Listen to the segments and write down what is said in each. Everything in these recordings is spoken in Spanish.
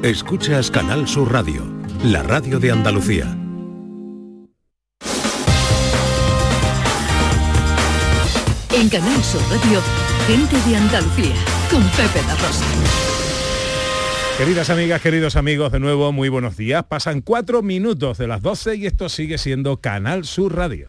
Escuchas Canal Sur Radio, la radio de Andalucía. En Canal Sur Radio, gente de Andalucía, con Pepe La Rosa. Queridas amigas, queridos amigos, de nuevo, muy buenos días. Pasan 4 minutos de las 12 y esto sigue siendo Canal Sur Radio.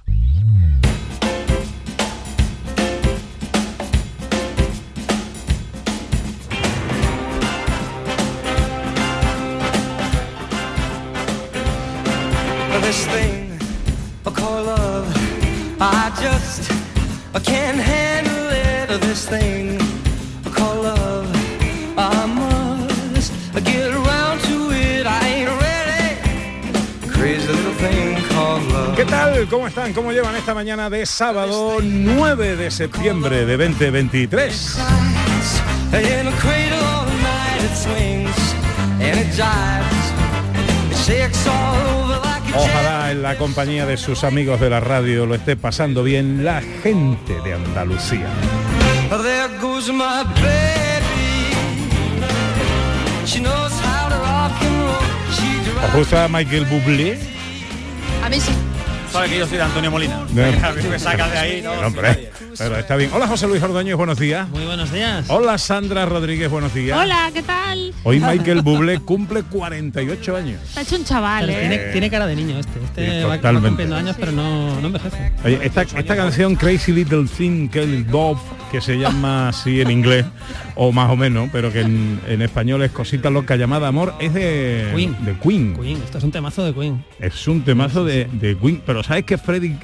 This thing I call love, I just can't handle it. This thing I call love, I must get around to it. I ain't ready. Crazy little thing called love. ¿Qué tal? ¿Cómo están? ¿Cómo llevan esta mañana de sábado 9 de septiembre de 2023? In a cradle all night it swings and it jives. It shakes all over like. Ojalá en la compañía de sus amigos de la radio lo esté pasando bien la gente de Andalucía. There goes my baby. She knows how to rock and roll. ¿Os gusta Michael Bublé? A mí sí. Sabe que yo soy de Antonio Molina. A mí me sacas de ahí, ¿no? Pero, hombre, pero está bien. Hola José Luis Ordóñez, buenos días. Muy buenos días. Hola Sandra Rodríguez, buenos días. Hola, ¿qué tal? Hoy Michael Bublé cumple 48 años. Está hecho un chaval, Tiene cara de niño este. Sí, va cumpliendo años, pero no envejece. Oye, esta canción Crazy Little Thing Called Love, que se llama así en inglés, o más o menos, pero que en español es Cosita Loca Llamada Amor, es de Queen. Esto es un temazo de Queen. Es un temazo de Queen, pero ¿sabes que Freddie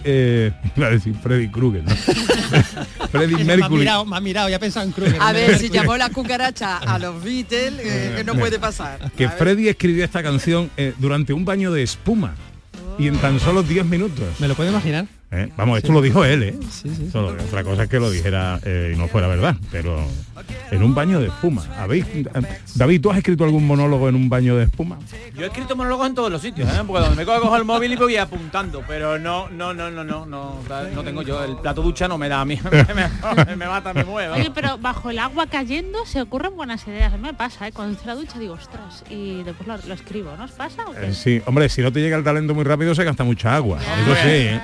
Krueger, ¿no? Freddie Mercury. Me ha mirado, ya pensaba en Krueger. A ver, si llamó la cucaracha a los Beatles, que no puede pasar. Que Freddie escribió esta canción durante un baño de espuma y en tan solo 10 minutos. ¿Me lo puedo imaginar? Vamos, esto lo dijo él, Sí. Otra cosa es que lo dijera y no fuera verdad, pero en un baño de espuma. David, ¿tú has escrito algún monólogo en un baño de espuma? Yo he escrito monólogos en todos los sitios, porque donde me cojo el móvil y me voy apuntando, pero no tengo yo, el plato ducha no me da a mí, me mata, me mueve. Oye, pero bajo el agua cayendo se ocurren buenas ideas. A mí me pasa, cuando estoy en la ducha digo, ostras, y después lo escribo, ¿no os pasa? ¿O qué? Sí, hombre, si no te llega el talento muy rápido se gasta mucha agua, eso sí,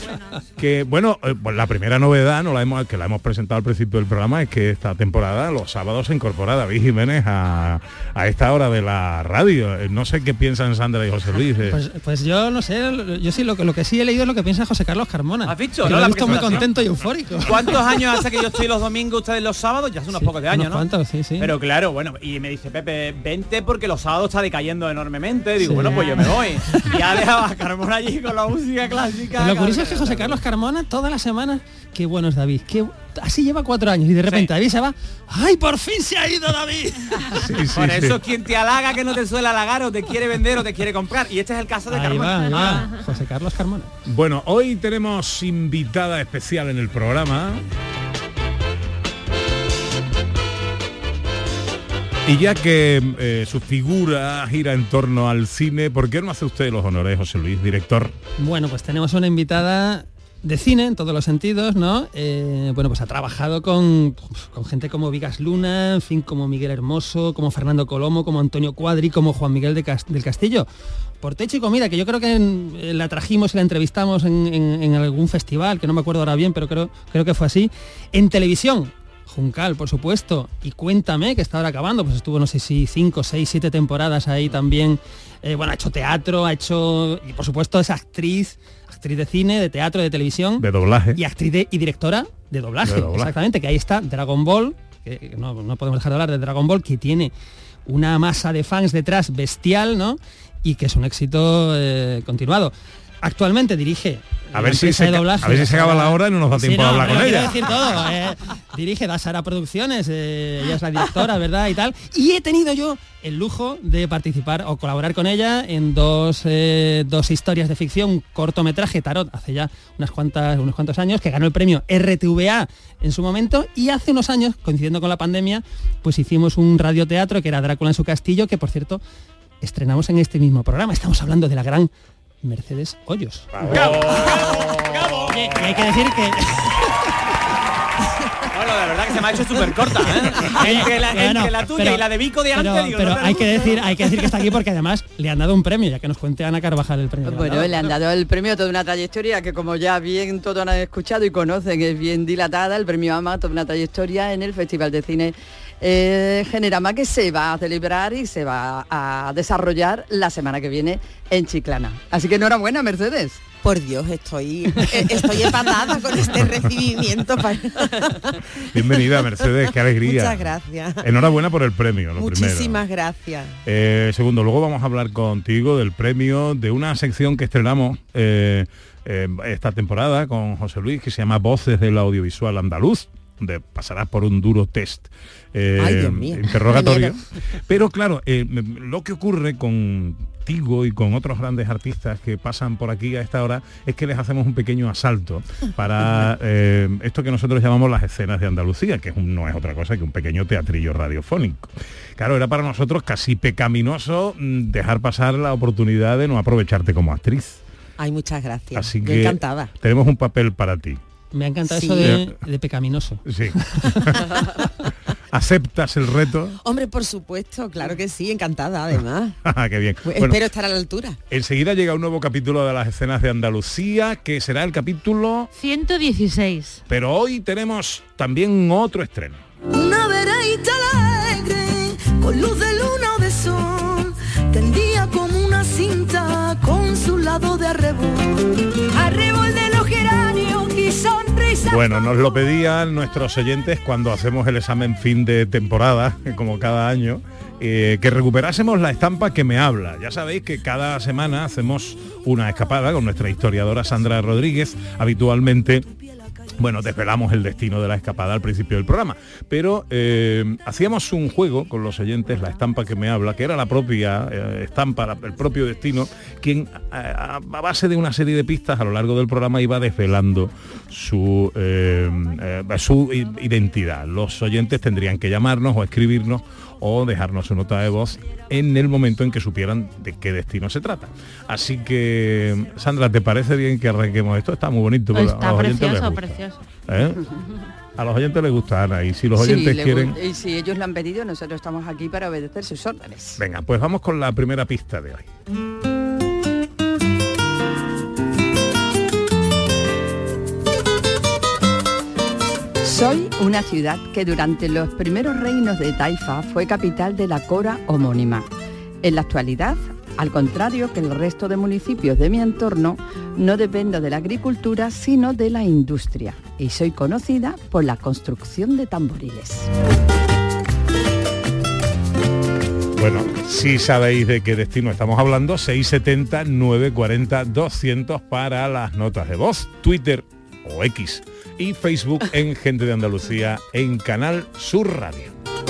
Que bueno, pues la primera novedad que la hemos presentado al principio del programa es que esta temporada los sábados se incorpora David Jiménez a esta hora de la radio. No sé qué piensan Sandra y José Luis. Pues yo no sé, yo sí lo que sí he leído es lo que piensa José Carlos Carmona. ¿Has visto? Lo he visto muy contento y eufórico. ¿Cuántos años hace que yo estoy los domingos, ustedes los sábados? Ya hace unos pocos de años, unos cuantos, sí. Pero claro, bueno, y me dice Pepe, vente porque los sábados está decayendo enormemente. Digo, bueno, pues yo me voy. Y ha dejado a Carmona allí con la música clásica. Lo curioso es que José Carlos Carmona todas las semanas, qué bueno es David, así lleva 4 años y de repente David se va, ¡ay, por fin se ha ido David! Por eso quien te halaga que no te suele halagar, o te quiere vender o te quiere comprar, y este es el caso de Carmona. Ahí va. José Carlos Carmona. Bueno, hoy tenemos invitada especial en el programa. Y ya que su figura gira en torno al cine, ¿por qué no hace usted los honores, José Luis, director? Bueno, pues tenemos una invitada de cine en todos los sentidos, ¿no? Pues ha trabajado con gente como Vigas Luna, en fin, como Miguel Hermoso, como Fernando Colomo, como Antonio Cuadri, como Juan Miguel del Castillo. Por techo y comida, que yo creo que la trajimos y la entrevistamos en algún festival, que no me acuerdo ahora bien, pero creo que fue así. En televisión, Juncal, por supuesto, y Cuéntame, que está ahora acabando, pues estuvo, no sé si 5, 6, 7 temporadas ahí también. Ha hecho teatro, y por supuesto es actriz de cine, de teatro, de televisión. De doblaje. Y actriz y directora de doblaje, exactamente, que ahí está Dragon Ball, que no podemos dejar de hablar de Dragon Ball, que tiene una masa de fans detrás bestial, ¿no? Y que es un éxito continuado. Actualmente dirige a ver si se acaba la hora y no nos da tiempo a hablar con ella. Decir todo, dirige Dasara Producciones, ella es la directora, ¿verdad? Y tal. Y he tenido yo el lujo de participar o colaborar con ella en dos historias de ficción, un cortometraje Tarot, hace ya unos cuantos años, que ganó el premio RTVA en su momento, y hace unos años, coincidiendo con la pandemia, pues hicimos un radioteatro que era Drácula en su castillo, que por cierto estrenamos en este mismo programa. Estamos hablando de la gran Mercedes Hoyos. ¡Bravo! Y hay que decir que... pero de verdad que se me ha hecho súper corta, ¿eh? Entre la tuya y la de Vico de antes, pero hay que decir que está aquí porque además le han dado un premio, ya que nos cuente Ana Carvajal el premio. Bueno, le han dado el premio a toda una trayectoria que, como ya bien todos han escuchado y conocen, es bien dilatada. El premio AMA, toda una trayectoria en el Festival de Cine Generama, que se va a celebrar y se va a desarrollar la semana que viene en Chiclana. Así que enhorabuena, Mercedes. Por Dios, estoy empatada con este recibimiento. Bienvenida, Mercedes, qué alegría. Muchas gracias. Enhorabuena por el premio, lo primero. Muchísimas gracias. Segundo, luego vamos a hablar contigo del premio, de una sección que estrenamos esta temporada con José Luis, que se llama Voces del Audiovisual Andaluz, donde pasarás por un duro test interrogatorio. Pero claro, lo que ocurre contigo y con otros grandes artistas que pasan por aquí a esta hora es que les hacemos un pequeño asalto para esto que nosotros llamamos las escenas de Andalucía, que no es otra cosa que un pequeño teatrillo radiofónico. Claro, era para nosotros casi pecaminoso dejar pasar la oportunidad de no aprovecharte como actriz. Ay, muchas gracias. Así Yo que encantada. Tenemos un papel para ti. Me ha encantado eso de pecaminoso. Sí. ¿Aceptas el reto? Hombre, por supuesto, claro que sí, encantada además. Qué bien. Espero estar a la altura. Enseguida llega un nuevo capítulo de las escenas de Andalucía, que será el capítulo 116. Pero hoy tenemos también otro estreno. Una veredita alegre, con luz de luna o de sol, tendía como una cinta con su lado de arrebol. Arrebol de los geranios y sonrisa. Bueno, nos lo pedían nuestros oyentes cuando hacemos el examen fin de temporada, como cada año, que recuperásemos la estampa que me habla. Ya sabéis que cada semana hacemos una escapada con nuestra historiadora Sandra Rodríguez. Habitualmente, bueno, desvelamos el destino de la escapada al principio del programa, pero hacíamos un juego con los oyentes, la estampa que me habla, que era la propia estampa, el propio destino, quien a base de una serie de pistas a lo largo del programa iba desvelando su identidad. Los oyentes tendrían que llamarnos o escribirnos o dejarnos su nota de voz en el momento en que supieran de qué destino se trata. Así que, Sandra, ¿te parece bien que arranquemos esto? Está muy bonito. Está precioso, precioso. A los oyentes les gusta, Ana, y si los oyentes quieren... Y si ellos lo han pedido, nosotros estamos aquí para obedecer sus órdenes. Venga, pues vamos con la primera pista de hoy. Soy una ciudad que durante los primeros reinos de Taifa fue capital de la Cora homónima. En la actualidad, al contrario que el resto de municipios de mi entorno, no dependo de la agricultura, sino de la industria. Y soy conocida por la construcción de tamboriles. Bueno, si sabéis de qué destino estamos hablando, 670 940 200 para las notas de voz, Twitter o X y Facebook en Gente de Andalucía en Canal Sur Radio.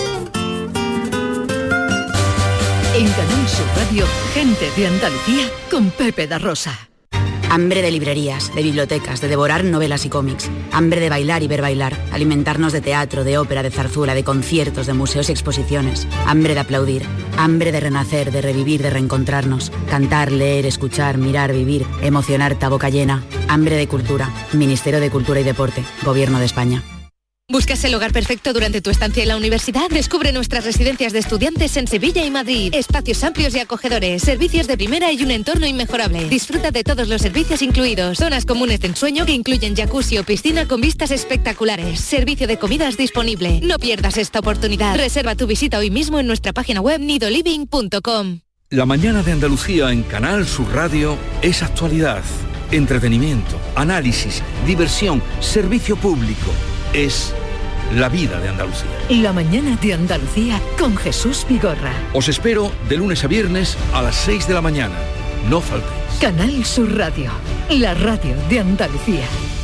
En Canal Sur Radio, Gente de Andalucía con Pepe da Rosa. Hambre de librerías, de bibliotecas, de devorar novelas y cómics. Hambre de bailar y ver bailar. Alimentarnos de teatro, de ópera, de zarzuela, de conciertos, de museos y exposiciones. Hambre de aplaudir. Hambre de renacer, de revivir, de reencontrarnos. Cantar, leer, escuchar, mirar, vivir. Emocionarte a boca llena. Hambre de cultura. Ministerio de Cultura y Deporte. Gobierno de España. ¿Buscas el hogar perfecto durante tu estancia en la universidad? Descubre nuestras residencias de estudiantes en Sevilla y Madrid. Espacios amplios y acogedores, servicios de primera y un entorno inmejorable. Disfruta de todos los servicios incluidos. Zonas comunes de ensueño que incluyen jacuzzi o piscina con vistas espectaculares. Servicio de comidas disponible. No pierdas esta oportunidad. Reserva tu visita hoy mismo en nuestra página web nidoliving.com. La mañana de Andalucía en Canal Sur Radio es actualidad, entretenimiento, análisis, diversión, servicio público. Es la vida de Andalucía. La mañana de Andalucía con Jesús Vigorra. Os espero de lunes a viernes a las 6 de la mañana. No faltéis. Canal Sur Radio, la radio de Andalucía.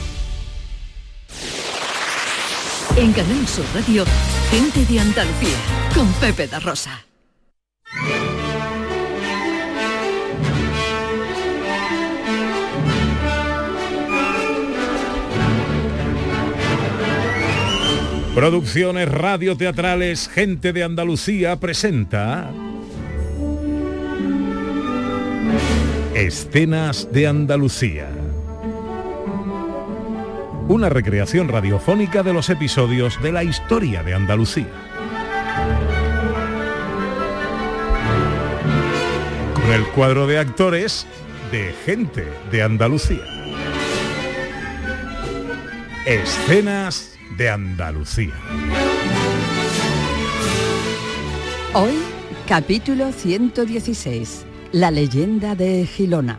En Canal Sur Radio, Gente de Andalucía con Pepe da Rosa. Producciones radioteatrales Gente de Andalucía presenta Escenas de Andalucía. una recreación radiofónica de los episodios de la historia de Andalucía. Con el cuadro de actores de Gente de Andalucía. Escenas de Andalucía. Hoy, capítulo 116, la leyenda de Gilona.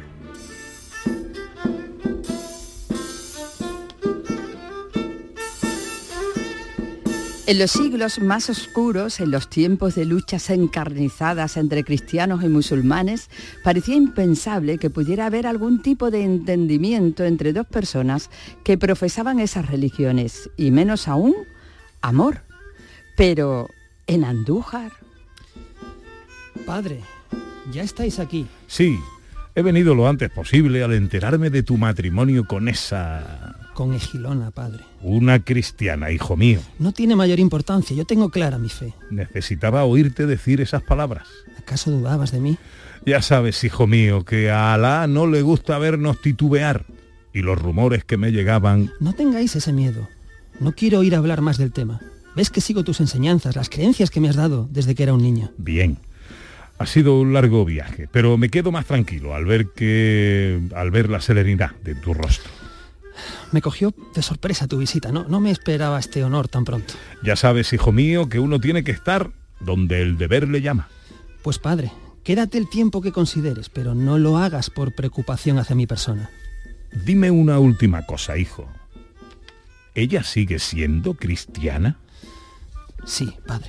En los siglos más oscuros, en los tiempos de luchas encarnizadas entre cristianos y musulmanes, parecía impensable que pudiera haber algún tipo de entendimiento entre dos personas que profesaban esas religiones, y menos aún, amor. Pero, ¿en Andújar? Padre, ya estáis aquí. Sí, he venido lo antes posible al enterarme de tu matrimonio con esa... Con Egilona, padre. Una cristiana, hijo mío. No tiene mayor importancia, yo tengo clara mi fe. Necesitaba oírte decir esas palabras. ¿Acaso dudabas de mí? Ya sabes, hijo mío, que a Alá no le gusta vernos titubear. Y los rumores que me llegaban... No tengáis ese miedo. No quiero oír hablar más del tema. Ves que sigo tus enseñanzas, las creencias que me has dado desde que era un niño. Bien. Ha sido un largo viaje, pero me quedo más tranquilo al ver la serenidad de tu rostro. Me cogió de sorpresa tu visita, no me esperaba este honor tan pronto. Ya sabes, hijo mío, que uno tiene que estar donde el deber le llama. Pues padre, quédate el tiempo que consideres, pero no lo hagas por preocupación hacia mi persona. Dime una última cosa, hijo. ¿Ella sigue siendo cristiana? Sí, padre.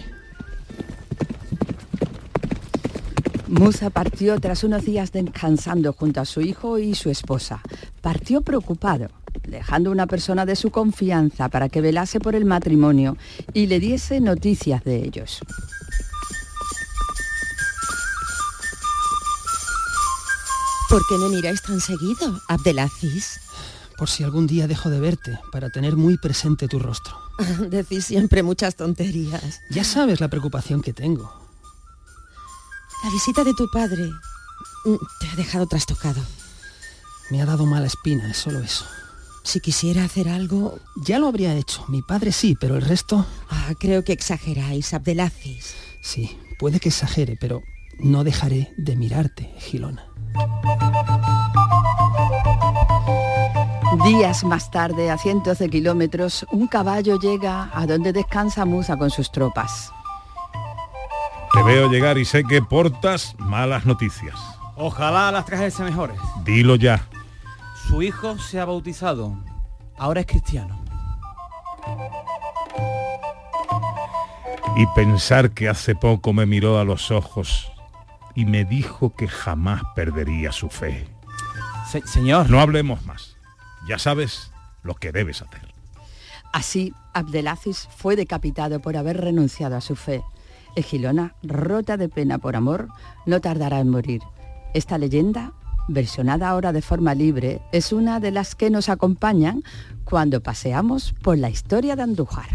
Musa partió tras unos días descansando junto a su hijo y su esposa. Partió preocupado, dejando una persona de su confianza para que velase por el matrimonio y le diese noticias de ellos. ¿Por qué me miráis tan seguido, Abdelaziz? Por si algún día dejo de verte, para tener muy presente tu rostro. Decís siempre muchas tonterías. Ya sabes la preocupación que tengo. La visita de tu padre te ha dejado trastocado. Me ha dado mala espina, es solo eso. Si quisiera hacer algo... Ya lo habría hecho, mi padre sí, pero el resto... creo que exageráis, Abdelaziz. Sí, puede que exagere, pero no dejaré de mirarte, Gilona. Días más tarde, a cientos de kilómetros, un caballo llega a donde descansa Musa con sus tropas. Te veo llegar y sé que portas malas noticias. Ojalá las trajese mejores. Dilo ya. Su hijo se ha bautizado. Ahora es cristiano. Y pensar que hace poco me miró a los ojos y me dijo que jamás perdería su fe. Señor. No hablemos más. Ya sabes lo que debes hacer. Así, Abdelaziz fue decapitado por haber renunciado a su fe. Egilona, rota de pena por amor, no tardará en morir. Esta leyenda, versionada ahora de forma libre, es una de las que nos acompañan cuando paseamos por la historia de Andújar.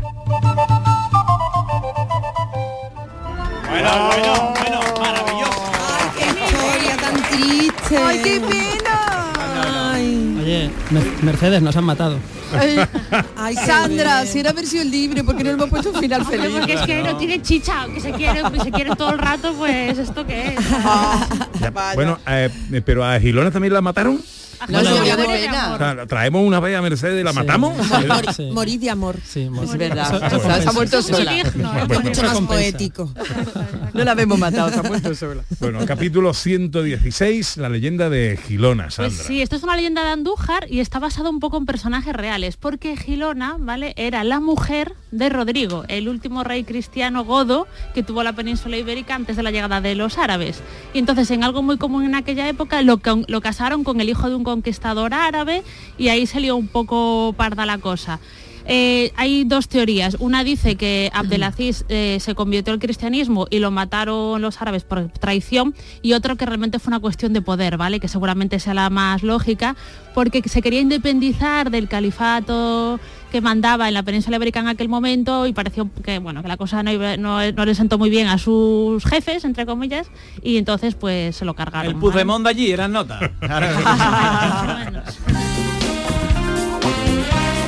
Bueno, maravilloso. ¡Ay, qué historia tan triste! ¡Ay, qué pena! Ay. Oye, Mercedes, nos han matado. Ay, Sandra, si era versión libre, ¿por qué no le hemos puesto un final Hombre, feliz? porque es que no tiene chicha, aunque se quiere todo el rato, pues ¿esto qué es? Bueno, pero a Gilona también la mataron. No, Bueno, se murió de bueno, pena. O sea, traemos una vez a Mercedes y la matamos. Sí. Morir de amor. Sí, Es verdad, Eso se ha muerto Eso es sola. digno, ¿eh? Es mucho más Recompensa. poético. No la hemos matado, se ha muerto sola. Bueno, capítulo 116, la leyenda de Gilona, Sandra. Pues sí, esto es una leyenda de Andújar y está basado un poco en personajes reales, porque Gilona, ¿vale?, era la mujer de Rodrigo, el último rey cristiano godo que tuvo la península ibérica antes de la llegada de los árabes. Y entonces, en algo muy común en aquella época, lo casaron con el hijo de un conquistador árabe y ahí se lió un poco parda la cosa. Hay dos teorías. Una dice que Abdelaziz se convirtió al cristianismo y lo mataron los árabes por traición, y otro que realmente fue una cuestión de poder, ¿vale?, que seguramente sea la más lógica, porque se quería independizar del califato que mandaba en la península ibérica en aquel momento, y pareció que, bueno, que la cosa no le sentó muy bien a sus jefes, entre comillas, y entonces pues se lo cargaron. El Puigdemont de allí eran nota.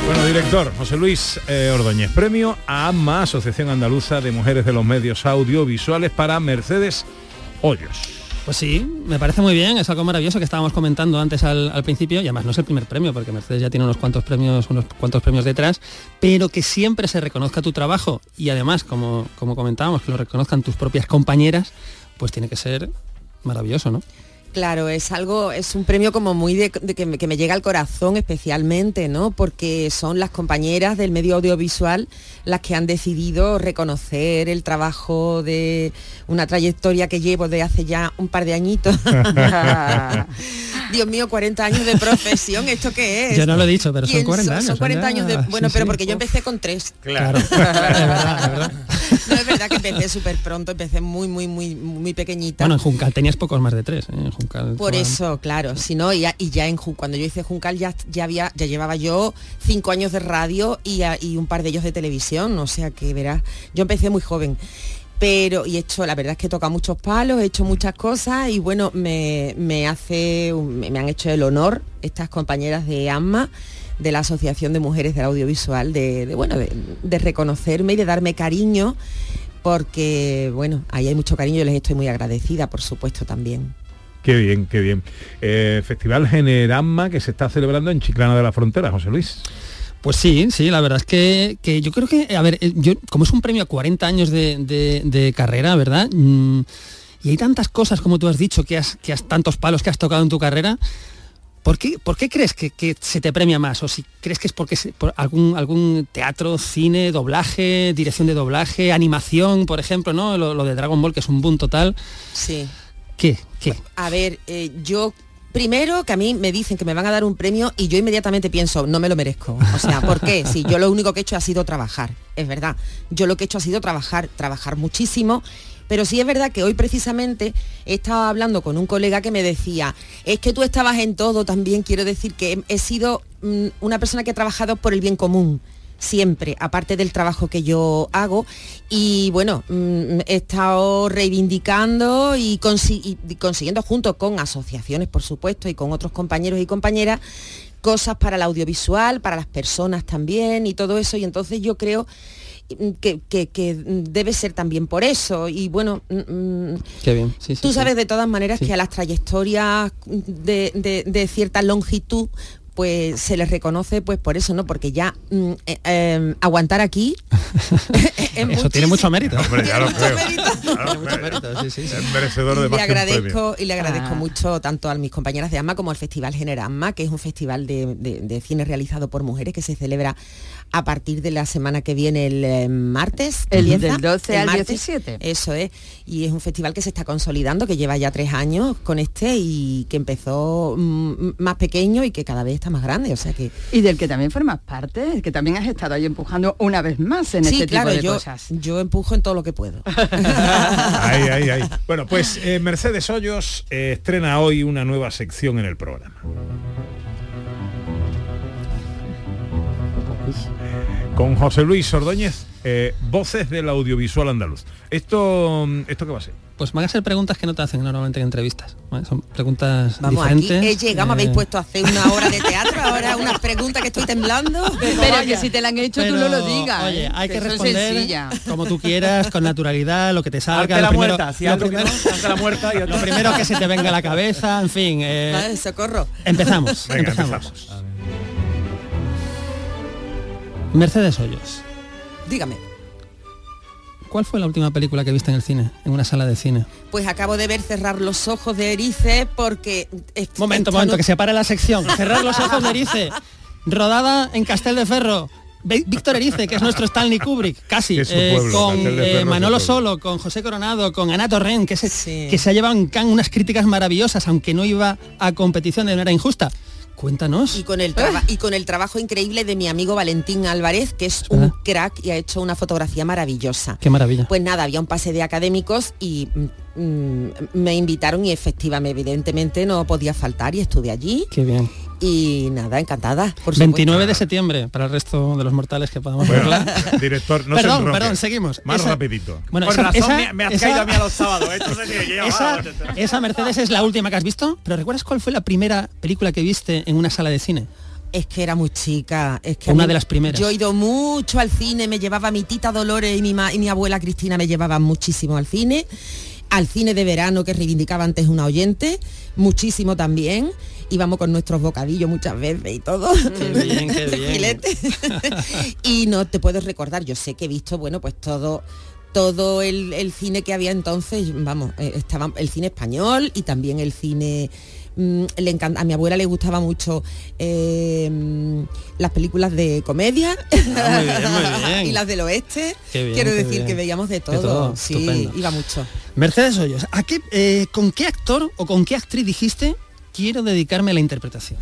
Bueno, director José Luis Ordóñez, premio a AMMA, Asociación Andaluza de Mujeres de los Medios Audiovisuales, para Mercedes Hoyos. Pues sí, me parece muy bien, es algo maravilloso que estábamos comentando antes al principio, y además no es el primer premio, porque Mercedes ya tiene unos cuantos premios detrás, pero que siempre se reconozca tu trabajo, y además, como comentábamos, que lo reconozcan tus propias compañeras, pues tiene que ser maravilloso, ¿no? Claro, es un premio como muy de que me llega al corazón especialmente, ¿no? Porque son las compañeras del medio audiovisual las que han decidido reconocer el trabajo de una trayectoria que llevo de hace ya un par de añitos. Dios mío, 40 años de profesión, ¿esto qué es? Yo no lo he dicho, pero son 40 años. Son 40 años de... Bueno, sí, pero sí. porque yo empecé con 3. Claro. Es verdad. No, es verdad que empecé súper pronto, empecé muy pequeñita. Bueno, en Juncal tenías pocos más de 3, ¿eh? En Juncal, por eso, claro, si no, y ya cuando yo hice Juncal ya llevaba yo 5 años de radio y un par de ellos de televisión, o sea que verás, yo empecé muy joven. Pero, la verdad es que he tocado muchos palos, he hecho muchas cosas y bueno, me han hecho el honor estas compañeras de AMMA, de la Asociación de Mujeres del Audiovisual, de reconocerme y de darme cariño, porque bueno, ahí hay mucho cariño y les estoy muy agradecida, por supuesto, también. Qué bien, qué bien. Festival Generamma, que se está celebrando en Chiclana de la Frontera, José Luis. Pues sí, la verdad es que yo creo que, a ver, como es un premio a 40 años de carrera, ¿verdad? Y hay tantas cosas, como tú has dicho, que has tantos palos que has tocado en tu carrera, ¿por qué crees que se te premia más? O si crees que es por algún teatro, cine, doblaje, dirección de doblaje, animación, por ejemplo, ¿no? Lo de Dragon Ball, que es un boom total. Sí. ¿Qué? A ver, yo... Primero, que a mí me dicen que me van a dar un premio y yo inmediatamente pienso, no me lo merezco. O sea, ¿por qué? Si yo lo único que he hecho ha sido trabajar, es verdad. Yo lo que he hecho ha sido trabajar muchísimo, pero sí es verdad que hoy precisamente he estado hablando con un colega que me decía, es que tú estabas en todo también, quiero decir que he sido una persona que ha trabajado por el bien común. Siempre, aparte del trabajo que yo hago, y bueno, he estado reivindicando y consiguiendo, junto con asociaciones, por supuesto, y con otros compañeros y compañeras, cosas para el audiovisual, para las personas también y todo eso, y entonces yo creo que debe ser también por eso. Y bueno, qué bien. Sí, tú sabes de todas maneras sí. que a las trayectorias de cierta longitud pues se les reconoce pues por eso, ¿no? Porque ya aguantar aquí eso tiene mucho mérito. Hombre, ya lo creo. Mucho mérito, sí. Es merecedor de más que un premio. Y le agradezco mucho tanto a mis compañeras de AMMA como al Festival Generamma, que es un festival de cine realizado por mujeres que se celebra a partir de la semana que viene, el martes. Del 12 al martes, 17. Eso es. Y es un festival que se está consolidando, que lleva ya 3 años con y que empezó más pequeño y que cada vez está más grande, o sea que... Y del que también formas parte, que también has estado ahí empujando una vez más en este tipo de cosas. Yo empujo en todo lo que puedo. Ahí. Bueno, pues Mercedes Hoyos estrena hoy una nueva sección en el programa. Con José Luis Ordóñez, voces del audiovisual andaluz. ¿Esto qué va a ser? Pues van a ser preguntas que no te hacen normalmente en entrevistas, ¿vale? Son preguntas Aquí diferentes. me habéis puesto a hacer una hora de teatro, ahora unas preguntas que estoy temblando. Pero que si te la han hecho tú no lo digas. Oye, hay que eso responder como tú quieras, con naturalidad, lo que te salga. La muerta, si algo que no, la muerta y lo primero que se te venga a la cabeza, en fin. Vale, socorro. Empezamos. Venga, empezamos. Mercedes Hoyos. Dígame. ¿Cuál fue la última película que viste en el cine, en una sala de cine? Pues acabo de ver Cerrar los ojos de Erice porque... Momento, que se pare la sección. Cerrar los ojos de Erice. Rodada en Castelldefels. Víctor Erice, que es nuestro Stanley Kubrick, casi, pueblo, con Manolo Solo, con José Coronado, con Ana Torrent, que se ha llevado en Cannes unas críticas maravillosas, aunque no iba a competición de manera injusta. Cuéntanos. Y con el trabajo increíble de mi amigo Valentín Álvarez, que es un crack y ha hecho una fotografía maravillosa. Qué maravilla. Pues nada, había un pase de académicos y me invitaron y efectivamente, evidentemente no podía faltar y estuve allí. Qué bien. Y nada, encantada, por supuesto. 29 de septiembre, para el resto de los mortales que podamos verla. Director, no perdón, seguimos. Más rapidito. Bueno, por razón me has caído a mí a los sábados. Esa Mercedes es la última que has visto, pero ¿recuerdas cuál fue la primera película que viste en una sala de cine? Es que era muy chica. Es que Una de las primeras. Yo he ido mucho al cine, me llevaba mi tita Dolores y mi abuela Cristina me llevaban muchísimo al cine de verano que reivindicaba antes una oyente, muchísimo también. Íbamos con nuestros bocadillos muchas veces y todo. Qué bien, qué bien. Filete. Y no te puedo recordar, yo sé que he visto, bueno, pues todo el cine que había entonces, vamos, estaba el cine español y también el cine... le encanta, a mi abuela le gustaba mucho las películas de comedia muy bien. y las del oeste. Bien, quiero decir bien. que veíamos de todo. Sí, estupendo. iba mucho. Mercedes Hoyos, ¿con qué actor o con qué actriz dijiste quiero dedicarme a la interpretación?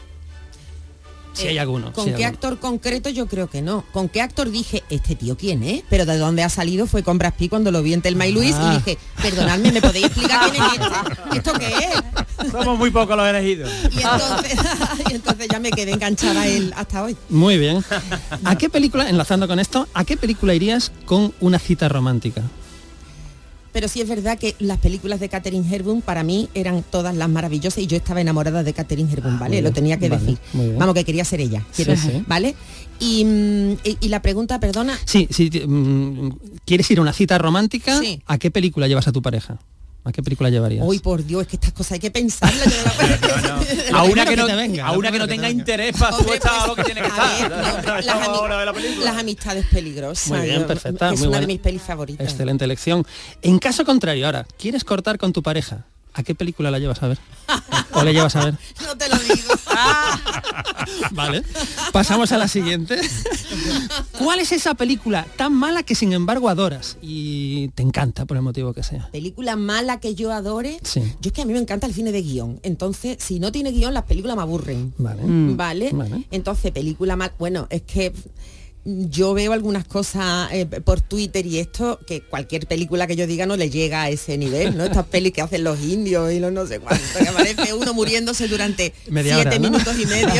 Si hay alguno. ¿Con si hay qué alguno. actor concreto? Yo creo que no. ¿Con qué actor dije, este tío quién es? Pero de dónde ha salido fue con Brad Pitt cuando lo vi en Thelma y Luis y dije, perdonadme, ¿me podéis explicar quién es este? ¿Esto qué es? Somos muy pocos los elegidos. Y entonces ya me quedé enganchada a él hasta hoy. Muy bien. ¿A qué película, enlazando con esto, a qué película irías con una cita romántica? Pero sí es verdad que las películas de Katharine Hepburn para mí eran todas las maravillosas y yo estaba enamorada de Katharine Hepburn, ¿vale? bien, Lo tenía que vale, decir. muy bien. Vamos, que quería ser ella, quiero Sí, decir, sí. ¿vale? Y la pregunta, perdona, Sí, ¿quieres ir a una cita romántica? Sí. ¿A qué película llevas a tu pareja? ¿A qué película llevarías? uy, por Dios, es que estas cosas hay que pensarlas. Yo no la puedo- A una que que no, te venga, a una que no que te tenga venga. interés para Hombre, estar pues, lo que tiene que a ver, estar. no, Estamos ahora de la película. las amistades peligrosas. Muy bien, yo- perfecta, Es muy una buena. de mis pelis favoritas. Excelente elección. En caso contrario, ahora, ¿quieres cortar con tu pareja? ¿A qué película la llevas a ver? ¿O le llevas a ver? No te lo digo. Vale. Pasamos a la siguiente. ¿Cuál es esa película tan mala que sin embargo adoras y te encanta por el motivo que sea? Película mala que yo adore. Sí. Yo es que a mí me encanta el cine de guión. Entonces, si no tiene guión, las películas me aburren. Vale. ¿Vale? Vale. Entonces, película mal. Bueno, es que yo veo algunas cosas por Twitter y esto, que cualquier película que yo diga no le llega a ese nivel, ¿no? Estas pelis que hacen los indios y los no sé cuánto, que aparece uno muriéndose durante Media 7 hora, ¿no? minutos y medio.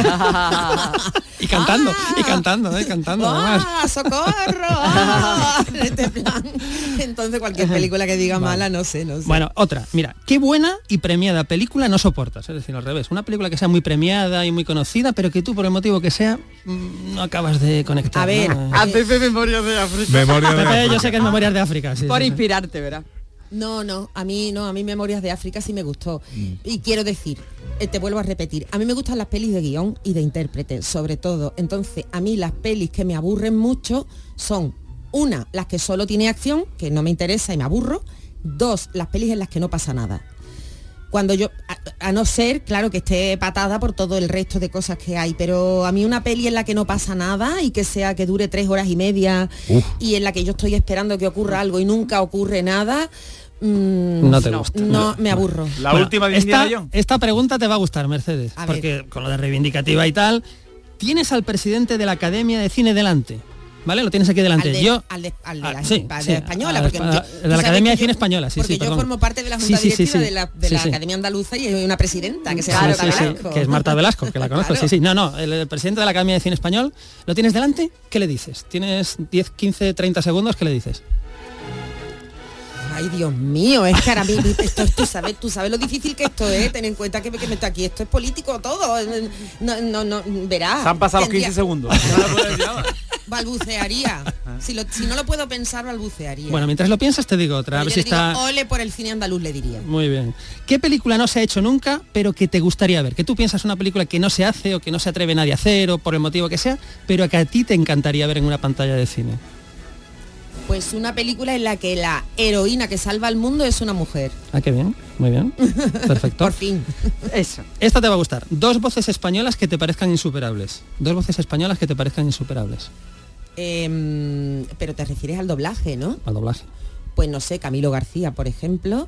Y cantando, cantando además. ¡Ah, socorro! ¡Ah! En este plan. Entonces, cualquier película que diga mala, no sé. Bueno, otra. Mira, qué buena y premiada película no soportas. Es decir, al revés. Una película que sea muy premiada y muy conocida, pero que tú, por el motivo que sea, no acabas de conectar. A ver, ¿no? A Pepe Memorias de África. Memoria de Pepe, África. yo sé que es Memorias de África. Sí, Por sí, sí. inspirarte, ¿verdad? No, a mí Memorias de África sí me gustó. Y quiero decir, te vuelvo a repetir, a mí me gustan las pelis de guión y de intérprete, sobre todo. Entonces, a mí las pelis que me aburren mucho son, una, las que solo tiene acción, que no me interesa y me aburro. Dos, las pelis en las que no pasa nada. Cuando yo, a no ser, claro, que esté patada por todo el resto de cosas que hay, pero a mí una peli en la que no pasa nada y que sea que dure 3 horas y media y en la que yo estoy esperando que ocurra algo y nunca ocurre nada, No te gusta. No, me aburro. La Bueno, última de Indiana Jones. esta pregunta te va a gustar, Mercedes, A ver. porque con lo de reivindicativa y tal, tienes al presidente de la Academia de Cine delante, ¿vale? Lo tienes aquí delante. Al de, yo al de la, sí, de sí, la española, a porque de tú la sabes Academia que de Cine yo- Española, sí, porque sí, yo perdón. formo parte de la Junta Sí, sí, sí, Directiva sí. de Sí, la sí. Academia Andaluza y hay una presidenta que se Sí, llama sí, Marta sí, Velasco. que es Marta Velasco, que la conozco. Claro. Sí, sí. No, el presidente de la Academia de Cine Español, ¿lo tienes delante? ¿Qué le dices? Tienes 10, 15, 30 segundos, ¿qué le dices? Ay, Dios mío, es que ahora mismo esto, tú sabes lo difícil que esto es, ten en cuenta que me está aquí, esto es político todo. No, verás. Se han pasado los Tendría- 15 segundos. No lo puedo decir ahora. Balbucearía. Si no lo puedo pensar, balbucearía. Bueno, mientras lo piensas te digo otra, a Yo ver le si está... digo, ole por el cine andaluz, le diría. Muy bien. ¿Qué película no se ha hecho nunca, pero que te gustaría ver? Que tú piensas una película que no se hace o que no se atreve nadie a hacer o por el motivo que sea, pero que a ti te encantaría ver en una pantalla de cine. Pues una película en la que la heroína que salva al mundo es una mujer. Ah, qué bien. Muy bien. Perfecto. Por fin. Eso. Esta te va a gustar. 2 voces españolas que te parezcan insuperables. 2 voces españolas que te parezcan insuperables. Pero te refieres al doblaje, ¿no? Al doblaje. Pues no sé, Camilo García, por ejemplo.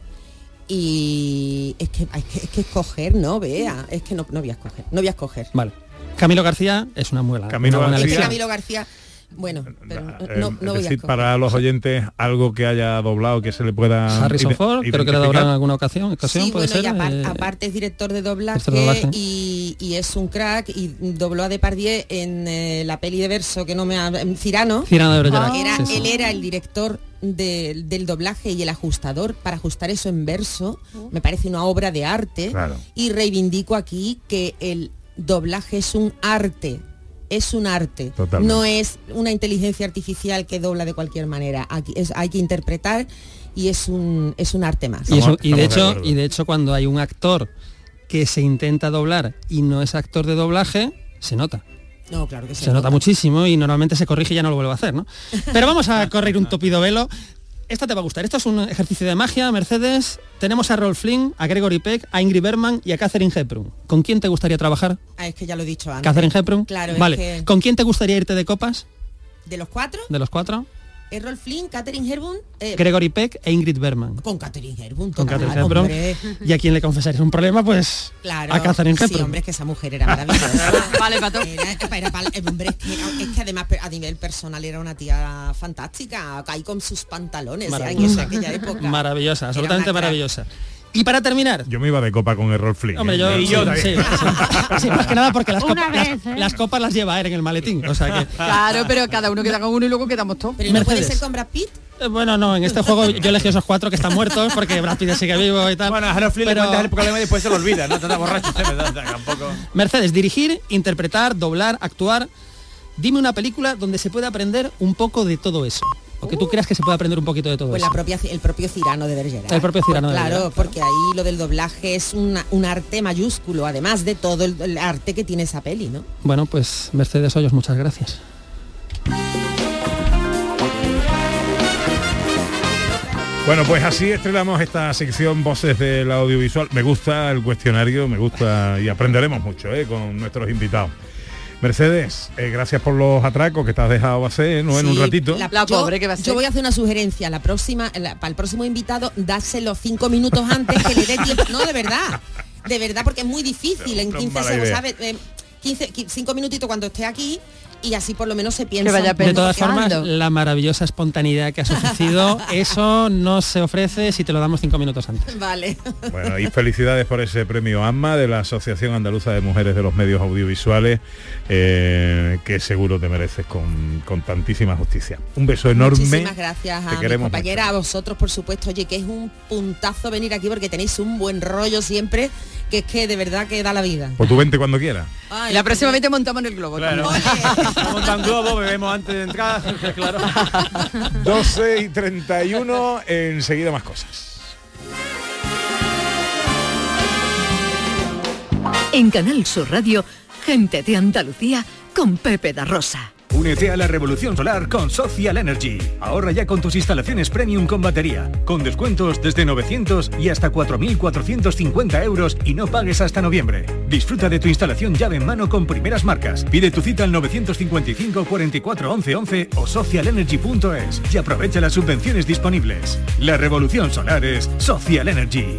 Y es que hay que escoger, ¿no, Bea? Es que no voy a escoger. No voy a escoger. Vale. Camilo García es una muela. Camilo una buena García. elección. Camilo García, bueno, pero no Es voy a decir, escoger. para los oyentes, algo que haya doblado que se le pueda Harrison Ford, creo que le identificar. doblado en alguna ocasión Sí, puede bueno, ser. y aparte es director de doblaje, director de doblaje. y es un crack y dobló a Depardieu en la peli de verso que no me ha... Cyrano. Cyrano de Bergerac. Era, Sí, sí. Él era el director del doblaje y el ajustador para ajustar eso en verso. Me parece una obra de arte. Claro. Y reivindico aquí que el doblaje es un arte. Es un arte, Totalmente. no es una inteligencia artificial que dobla de cualquier manera. Aquí hay que interpretar y es un arte más. Y de hecho cuando hay un actor que se intenta doblar y no es actor de doblaje, se nota. No, claro que se nota muchísimo y normalmente se corrige y ya no lo vuelvo a hacer, ¿no? Pero vamos a correr un tupido velo. Esta te va a gustar. Esto es un ejercicio de magia, Mercedes. Tenemos a Errol Flynn, a Gregory Peck, a Ingrid Bergman y a Katharine Hepburn. ¿Con quién te gustaría trabajar? Es que ya lo he dicho antes. Katharine Hepburn. Claro, vale. es que... ¿Con quién te gustaría irte de copas? ¿De los cuatro? De los cuatro. Errol Flynn, Katharine Hepburn... Gregory Peck e Ingrid Bergman. Con Katharine Hepburn. Con Katharine Hepburn. Y a quien le confesarías un problema, pues claro, a Katharine Hepburn. Sí, hombre, es que esa mujer era maravillosa. Vale, pato. Hombre, es que además a nivel personal era una tía fantástica, ahí con sus pantalones en aquella época. Maravillosa, absolutamente maravillosa. Y para terminar... Yo me iba de copa con Errol Flynn. Hombre, yo sí, más que nada porque las copas las lleva él en el maletín. O sea que... Claro, pero cada uno queda con uno y luego quedamos todos. ¿Pero no puede ser con Brad Pitt? Bueno, no, en este juego yo elegí esos 4 que están muertos porque Brad Pitt sigue vivo y tal. Bueno, a Errol Flynn le cuentas el problema y después se lo olvida, ¿no? Está borracho, tampoco. Mercedes, dirigir, interpretar, doblar, actuar. Dime una película donde se puede aprender un poco de todo eso. O que tú creas que se puede aprender un poquito de todo pues eso. El propio Cyrano de Bergerac. El propio Cyrano de Bergerac. Claro, porque ahí lo del doblaje es un arte mayúsculo, además de todo el arte que tiene esa peli, ¿no? Bueno, pues Mercedes Hoyos, muchas gracias. Bueno, pues así estrenamos esta sección Voces del Audiovisual. Me gusta el cuestionario, me gusta y aprenderemos mucho con nuestros invitados. Mercedes, gracias por los atracos que te has dejado hacer, ¿no? Sí, en un ratito. Yo voy a hacer una sugerencia. Para el próximo invitado, dáselo 5 minutos antes que le dé tiempo. No, de verdad, porque es muy difícil. En 15 segundos, ¿sabes? 5 minutitos cuando esté aquí. Y así por lo menos se piensa. De todas formas, la maravillosa espontaneidad que has ofrecido, eso no se ofrece si te lo damos 5 minutos antes. Vale. Bueno, y felicidades por ese premio AMMA de la Asociación Andaluza de Mujeres de los Medios Audiovisuales, que seguro te mereces con tantísima justicia. Un beso enorme. Muchísimas gracias a mi compañera, a vosotros, por supuesto. Oye, que es un puntazo venir aquí porque tenéis un buen rollo siempre, que es que de verdad que da la vida. Pues tú vente cuando quieras. Ay, la próxima vez te montamos en el globo. Claro. Vamos a un globo, bebemos antes de entrar, claro. 12:31, enseguida más cosas. En Canal Sur Radio, Gente de Andalucía con Pepe da Rosa. Únete a la revolución solar con Social Energy. Ahorra ya con tus instalaciones premium con batería, con descuentos desde 900 y hasta 4.450 euros y no pagues hasta noviembre. Disfruta de tu instalación llave en mano con primeras marcas. Pide tu cita al 955 44 11 11 o socialenergy.es y aprovecha las subvenciones disponibles. La revolución solar es Social Energy.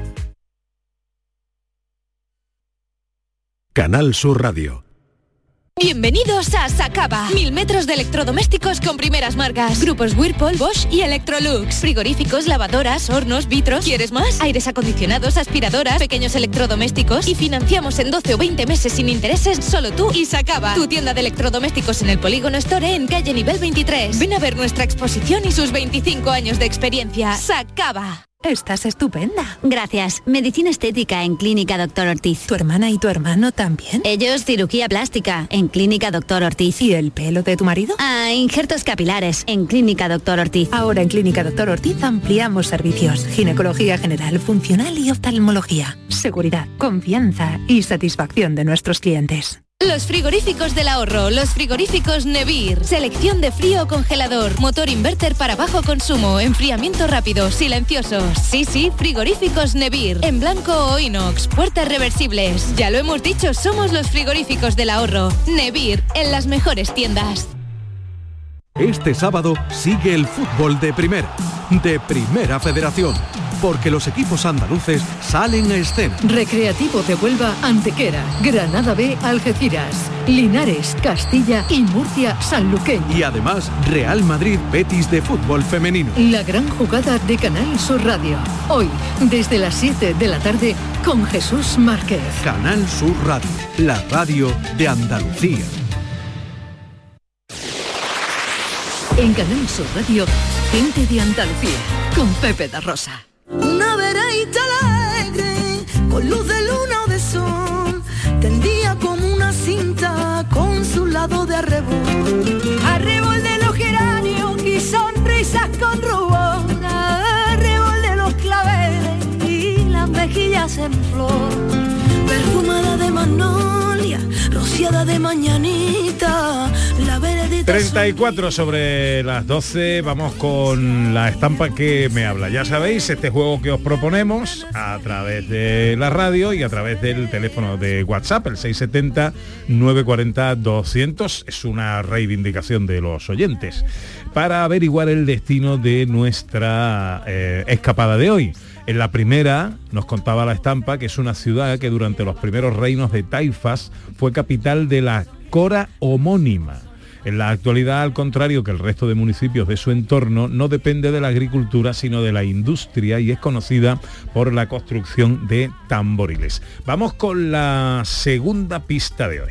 Canal Sur Radio. Bienvenidos a Sacaba. 1000 metros de electrodomésticos con primeras marcas. Grupos Whirlpool, Bosch y Electrolux. Frigoríficos, lavadoras, hornos, vitros. ¿Quieres más? Aires acondicionados, aspiradoras, pequeños electrodomésticos. Y financiamos en 12 o 20 meses sin intereses solo tú y Sacaba. Tu tienda de electrodomésticos en el Polígono Store en calle nivel 23. Ven a ver nuestra exposición y sus 25 años de experiencia. Sacaba. Estás estupenda. Gracias. Medicina estética en Clínica Doctor Ortiz. ¿Tu hermana y tu hermano también? Ellos cirugía plástica en Clínica Doctor Ortiz. ¿Y el pelo de tu marido? Injertos capilares en Clínica Doctor Ortiz. Ahora en Clínica Doctor Ortiz ampliamos servicios. Ginecología general, funcional y oftalmología. Seguridad, confianza y satisfacción de nuestros clientes. Los frigoríficos del ahorro, los frigoríficos Nevir. Selección de frío o congelador, motor inverter para bajo consumo, enfriamiento rápido, silenciosos. Sí, frigoríficos Nevir. En blanco o inox, puertas reversibles. Ya lo hemos dicho, somos los frigoríficos del ahorro. Nevir, en las mejores tiendas. Este sábado sigue el fútbol de Primera Federación, porque los equipos andaluces salen a escena. Recreativo de Huelva, Antequera, Granada B, Algeciras, Linares, Castilla y Murcia, Sanluqueño. Y además, Real Madrid Betis de fútbol femenino. La gran jugada de Canal Sur Radio. Hoy, desde las 7 de la tarde, con Jesús Márquez. Canal Sur Radio, la radio de Andalucía. En Canal Sur Radio, Gente de Andalucía, con Pepe da Rosa. Una veredita alegre, con luz de luna o de sol, tendía como lado de arrebol de los geranios y sonrisas con rubor, arrebol de los claveles y las mejillas en flor, perfumada de magnolia, rociada de mañanita, la veredita 34 sobre las 12, vamos con la estampa que me habla. Ya sabéis, este juego que os proponemos a través de la radio y a través del teléfono de WhatsApp, el 670-940-200, es una reivindicación de los oyentes para averiguar el destino de nuestra escapada de hoy. En la primera nos contaba la estampa que es una ciudad que durante los primeros reinos de Taifas fue capital de la Cora homónima. En la actualidad, al contrario que el resto de municipios de su entorno, no depende de la agricultura, sino de la industria y es conocida por la construcción de tamboriles. Vamos con la segunda pista de hoy.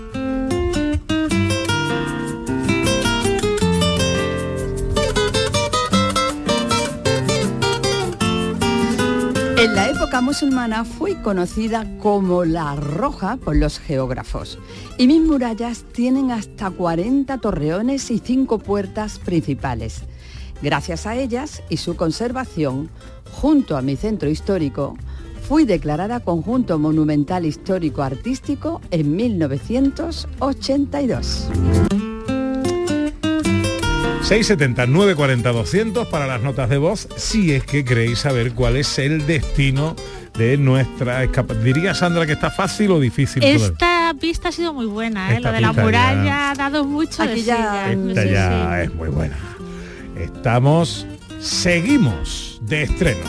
En la época musulmana fue conocida como la Roja por los geógrafos y mis murallas tienen hasta 40 torreones y 5 puertas principales. Gracias a ellas y su conservación, junto a mi centro histórico, fui declarada Conjunto Monumental Histórico Artístico en 1982. 670-940-200 para las notas de voz, si es que queréis saber cuál es el destino de nuestra escapada. ¿Diría, Sandra, que está fácil o difícil? Esta pista ha sido muy buena, lo de la muralla ya ha dado mucho de sí. Esta ya es muy buena. Seguimos de estreno.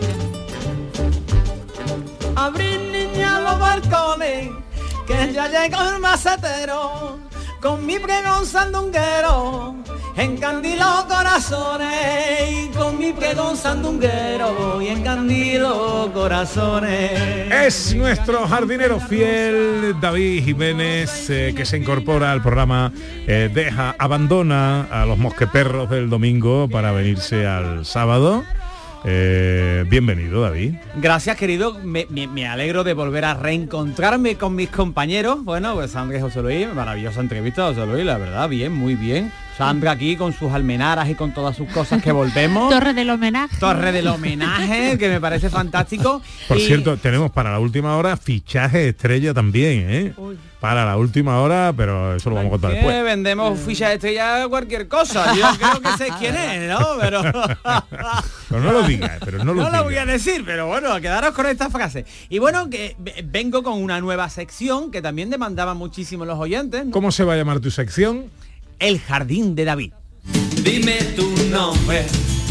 Abrir, niña, los balcones, que ya llegó el macetero, con mi pregón sandunguero, encandilo corazones, con mi pregón sandunguero y encandilo corazones. Es nuestro jardinero fiel, David Jiménez, que se incorpora al programa, abandona a los mosqueperros del domingo para venirse al sábado. Bienvenido, David. Gracias, querido. Me alegro de volver a reencontrarme con mis compañeros. Bueno, pues Sandra y José Luis, maravillosa entrevista, José Luis, la verdad, bien, muy bien. Sandra aquí con sus almenaras y con todas sus cosas que volvemos. Torre del homenaje, que me parece fantástico. Por cierto, tenemos para la última hora fichaje estrella también, ¿eh? Uy. Para la última hora, pero eso lo vamos a contar después. Vendemos fichas estrella cualquier cosa. Yo creo que sé quién es, ¿no? Pero no lo digas, no lo voy a decir, pero bueno, quedaros con esta frase. Y bueno, que vengo con una nueva sección que también demandaban muchísimo los oyentes, ¿no? ¿Cómo se va a llamar tu sección? El jardín de David. Dime tu nombre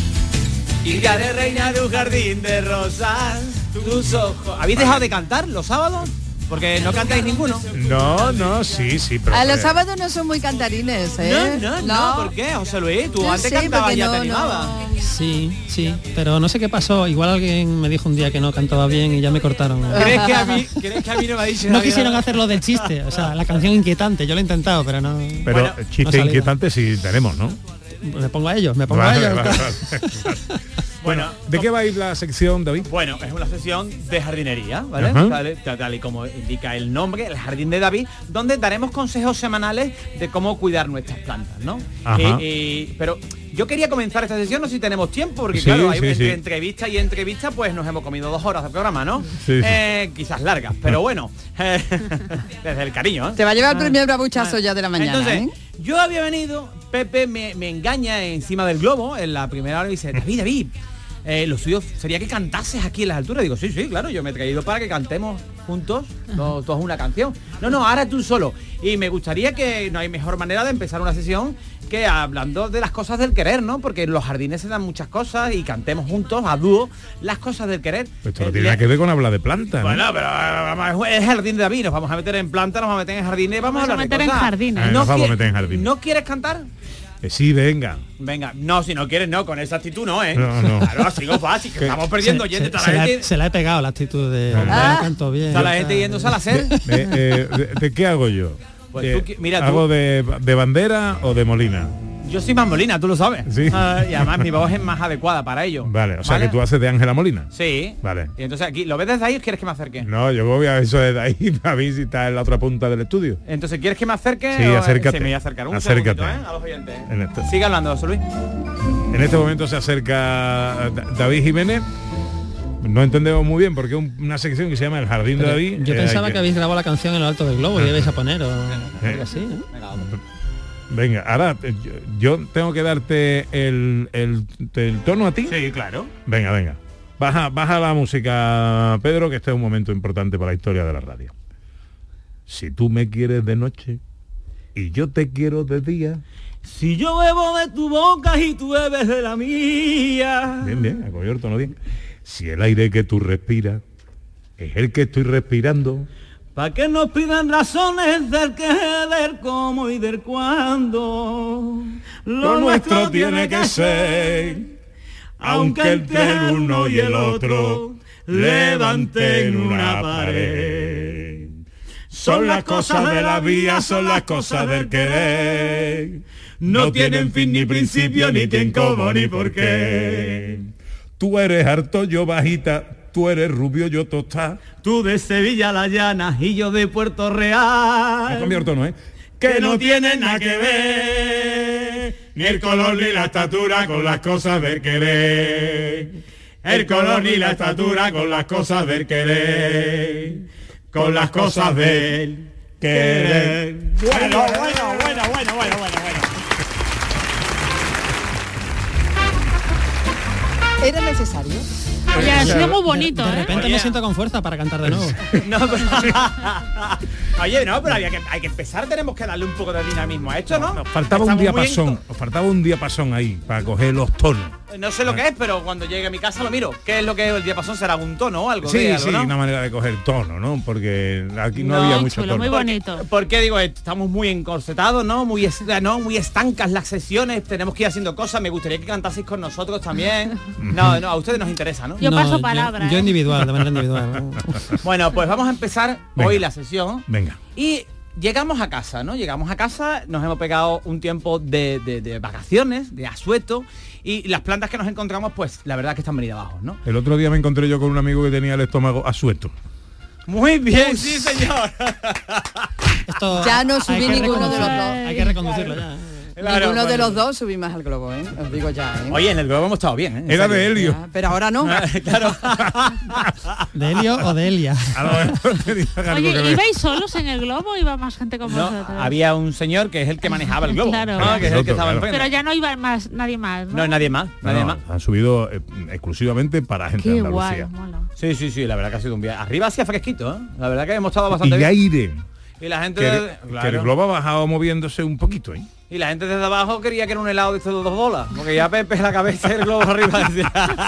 y te haré reina de un jardín de rosas. Tus ojos. ¿Habéis dejado de cantar los sábados? Porque no cantáis ninguno. No, sí, pero... A los sábados no son muy cantarines, ¿eh? No, ¿por qué, José Luis? Tú antes cantabas, ya te animabas. Sí, pero no sé qué pasó. Igual alguien me dijo un día que no cantaba bien y ya me cortaron. ¿Crees que a mí no me ha dicho? No quisieron hacer lo del chiste, o sea, la canción inquietante. Yo lo he intentado, pero no... Pero bueno, chiste no inquietante sí tenemos, ¿no? Me pongo a ellos. Vale. Bueno, ¿de qué va a ir la sección, David? Bueno, es una sección de jardinería, ¿vale? Tal y como indica el nombre, el Jardín de David, donde daremos consejos semanales de cómo cuidar nuestras plantas, ¿no? Pero yo quería comenzar esta sesión, no sé si tenemos tiempo, porque claro, entre entrevista y entrevista, pues nos hemos comido 2 horas de programa, ¿no? Quizás largas, pero bueno, desde el cariño, ¿eh? Te va a llevar el primer bravuchazo ya de la mañana. Entonces, yo había venido, Pepe me engaña encima del globo en la primera hora y dice, David, lo suyo sería que cantases aquí en las alturas. Digo, sí, claro, yo me he traído para que cantemos juntos, todos una canción. No, ahora tú solo. Y me gustaría que no hay mejor manera de empezar una sesión que hablando de las cosas del querer, ¿no? Porque en los jardines se dan muchas cosas y cantemos juntos, a dúo, las cosas del querer. Pues esto no tiene nada que ver con hablar de plantas, ¿no? Bueno, pero es el jardín de David, nos vamos a meter en plantas, nos vamos a meter en jardines, vamos a meter en jardines. Nos vamos a meter en jardines. ¿No quieres cantar? Sí, venga. No, si no quieres, no, con esa actitud no, ¿eh? No. Claro, sigo fácil, que estamos perdiendo oyentes. Se la he pegado la actitud de... canto bien. Está la gente yéndose a la sed. ¿De qué hago yo? Pues tú, mira, ¿Hago de bandera o de molina? Yo soy más Molina, tú lo sabes. Sí. Y además mi voz es más adecuada para ello. Vale, o sea que tú haces de Ángela Molina. Sí. Vale. Y entonces aquí, ¿lo ves desde ahí o quieres que me acerque? No, yo voy a ver eso desde ahí para ver si está en la otra punta del estudio. Entonces, ¿quieres que me acerque? Sí, acércate. Sí, me voy a acercar. Acércate. A los oyentes. En este- Sigue hablando, José Luis. En este momento se acerca David Jiménez. No entendemos muy bien porque es una sección que se llama El Jardín de David. Yo pensaba que habéis grabado la canción en lo alto del globo y ibais a poner o algo así, ¿no? Venga, ahora yo tengo que darte el tono a ti. Sí, claro. Venga. Baja la música, Pedro, que este es un momento importante para la historia de la radio. Si tú me quieres de noche y yo te quiero de día. Si yo bebo de tu boca y tú bebes de la mía. Bien, acogió el tono bien. Si el aire que tú respiras es el que estoy respirando. Pa' que nos pidan razones del qué, del cómo y del cuándo. Lo nuestro tiene que ser, aunque entre el uno y el otro levanten una pared. Son las cosas de la vida, son las cosas del querer. No tienen fin ni principio, ni tienen cómo ni por qué. Tú eres harto, yo bajita. Tú eres rubio, yo tostada. Tú de Sevilla La Llana y yo de Puerto Real. Me cambiado el tono, ¿eh? Que no tienen nada que ver ni el color ni la estatura con las cosas del querer. El color ni la estatura con las cosas del querer. Con las cosas del querer. Bueno. ¿Era necesario? Oye, ha sido muy bonito, De repente me siento con fuerza para cantar de nuevo. Oye, no, pero hay que empezar, tenemos que darle un poco de dinamismo a esto, ¿no? Nos faltaba un diapasón ahí para coger los tonos. No sé lo que es, pero cuando llegue a mi casa lo miro. ¿Qué es lo que es el diapasón? ¿Será un tono o algo? Sí, ¿no? una manera de coger tono, ¿no? Porque aquí no había mucho chulo, tono. muy bonito. ¿Por qué digo esto? Estamos muy encorsetados, ¿no? Muy estancas las sesiones, tenemos que ir haciendo cosas. Me gustaría que cantaseis con nosotros también. No, a ustedes nos interesa, ¿no? Yo paso palabra. Yo individual, de manera individual. Bueno, pues vamos a empezar hoy la sesión. Venga. Y llegamos a casa, ¿no? Llegamos a casa, nos hemos pegado un tiempo de vacaciones, de asueto, y las plantas que nos encontramos, pues la verdad que están venidas abajo, ¿no? El otro día me encontré yo con un amigo que tenía el estómago asueto. Muy bien, sí, señor. Esto Ya no subí ninguno de los dos. Hay que reconducirlo ya. Claro, Ninguno de bueno. los dos subí más al globo, ¿eh? Os digo ya, ¿eh? Oye, en el globo hemos estado bien, ¿eh? Era de Helio. Ya, pero ahora no. Claro. ¿De Helio o de Elia? A lo mejor tenía algo que Oye, ver. ¿ibais solos en el globo o iba más gente como No, vosotros? había un señor que es el que manejaba el globo. Claro. ¿no? Que es el que estaba Claro. enfrente. Pero ya no iba nadie más, ¿no? No, nadie más, nadie más. Han subido exclusivamente para gente de Qué guay, Andalucía. mola. Sí, la verdad que ha sido un viaje. Arriba hacía fresquito, ¿eh? La verdad que hemos estado Y bastante bien. aire. Y la gente Que el globo ha bajado moviéndose un poquito, ¿eh? Y la gente desde abajo quería que era un helado de estos de $2, porque ya Pepe la cabeza y el globo arriba decía.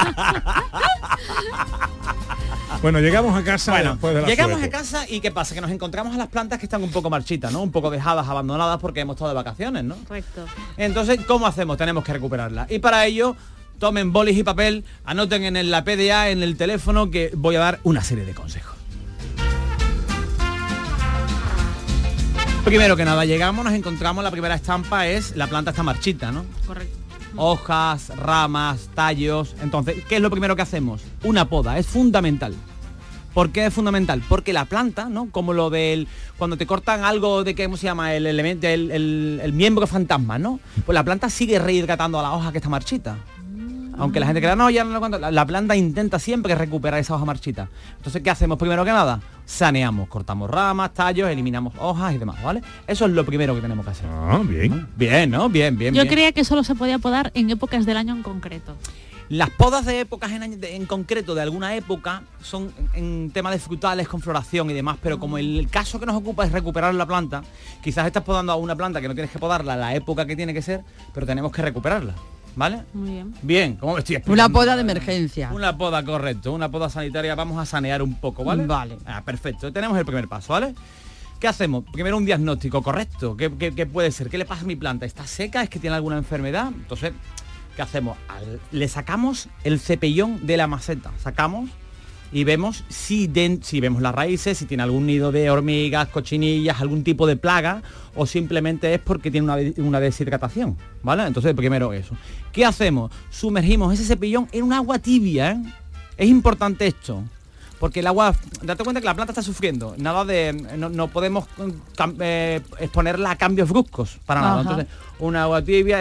Bueno, llegamos a casa Bueno, después de la llegamos suerte. a casa y ¿qué pasa? Que nos encontramos a las plantas que están un poco marchitas, ¿no? Un poco dejadas, abandonadas porque hemos estado de vacaciones, ¿no? Correcto. Entonces, ¿cómo hacemos? Tenemos que recuperarlas. Y para ello, tomen bolis y papel, anoten en la PDA, en el teléfono, que voy a dar una serie de consejos. Primero que nada, llegamos, nos encontramos, la primera estampa es la planta está marchita, ¿no? Correcto. Hojas, ramas, tallos. Entonces, ¿qué es lo primero que hacemos? Una poda, es fundamental. ¿Por qué es fundamental? Porque la planta, ¿no? Como lo del... Cuando te cortan algo de, ¿cómo se llama? El elemento, el miembro fantasma, ¿no? Pues la planta sigue rehidratando a la hoja que está marchita. Aunque la gente crea, no, ya no lo cuento. La planta intenta siempre recuperar esa hoja marchita. Entonces, ¿qué hacemos primero que nada? Saneamos, cortamos ramas, tallos, eliminamos hojas y demás, ¿vale? Eso es lo primero que tenemos que hacer. Ah, bien. Bien, ¿no? Bien. Yo creía que solo se podía podar en épocas del año en concreto. Las podas de épocas en concreto, de alguna época, son en tema de frutales con floración y demás, pero como el caso que nos ocupa es recuperar la planta, quizás estás podando a una planta que no tienes que podarla a la época que tiene que ser, pero tenemos que recuperarla, ¿vale? Muy bien. Bien, ¿cómo me estoy explicando? Una poda de emergencia. Una poda, correcto, una poda sanitaria, vamos a sanear un poco, ¿vale? Vale. Perfecto, tenemos el primer paso, ¿vale? ¿Qué hacemos? Primero un diagnóstico correcto. ¿Qué puede ser? ¿Qué le pasa a mi planta? ¿Está seca? ¿Es que tiene alguna enfermedad? Entonces, ¿qué hacemos? Le sacamos el cepellón de la maceta. Sacamos y vemos si vemos las raíces, si tiene algún nido de hormigas, cochinillas, algún tipo de plaga, o simplemente es porque tiene una deshidratación, ¿vale? Entonces, primero eso. ¿Qué hacemos? Sumergimos ese cepillón en un agua tibia, ¿eh? Es importante esto, porque el agua, date cuenta que la planta está sufriendo, nada de, no podemos exponerla a cambios bruscos, para nada. Entonces, un agua tibia,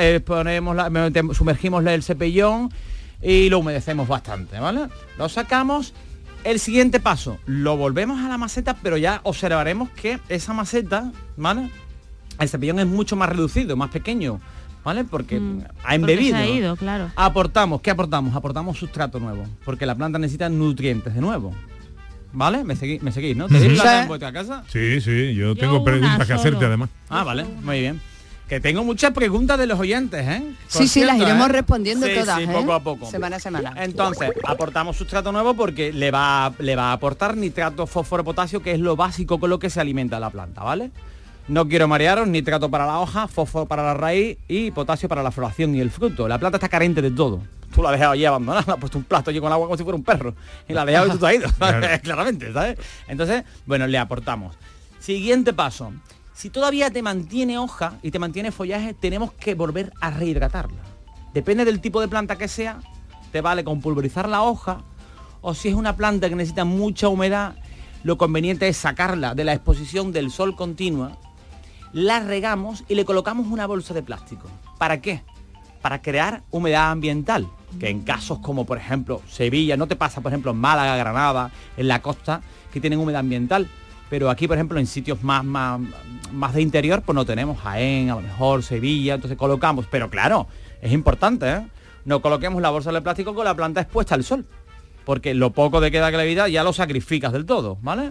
sumergimos el cepillón y lo humedecemos bastante, ¿vale? Lo sacamos. El siguiente paso, lo volvemos a la maceta, pero ya observaremos que esa maceta, ¿vale? El cepillón es mucho más reducido, más pequeño, ¿vale? Porque ha embebido. Porque se ha ido, claro. ¿Qué aportamos? Aportamos sustrato nuevo, porque la planta necesita nutrientes de nuevo. ¿Vale? ¿Me seguís, no? ¿Tenéis planta en vuestra casa? Sí, yo tengo preguntas que hacerte además. Ah, vale, muy bien. Que tengo muchas preguntas de los oyentes, ¿eh? Sí, las iremos respondiendo todas, sí, poco a poco. Semana a semana. Entonces, aportamos sustrato nuevo porque le va a aportar nitrato, fósforo, potasio, que es lo básico con lo que se alimenta la planta, ¿vale? No quiero marearos, nitrato para la hoja, fósforo para la raíz y potasio para la floración y el fruto. La planta está carente de todo. Tú la has dejado allí abandonada, le has puesto un plato allí con agua como si fuera un perro. Y la has dejado y tú te has ido, ¿sabes? Claramente, ¿sabes? Entonces, bueno, le aportamos. Siguiente paso. Si todavía te mantiene hoja y te mantiene follaje, tenemos que volver a rehidratarla. Depende del tipo de planta que sea, te vale con pulverizar la hoja, o si es una planta que necesita mucha humedad, lo conveniente es sacarla de la exposición del sol continua, la regamos y le colocamos una bolsa de plástico. ¿Para qué? Para crear humedad ambiental, que en casos como por ejemplo Sevilla, no te pasa por ejemplo en Málaga, Granada, en la costa, que tienen humedad ambiental, pero aquí por ejemplo en sitios más de interior pues no tenemos, Jaén, a lo mejor Sevilla, entonces colocamos, pero claro, es importante, ¿eh? No coloquemos la bolsa de plástico con la planta expuesta al sol, porque lo poco de queda que le vida ya lo sacrificas del todo, ¿vale?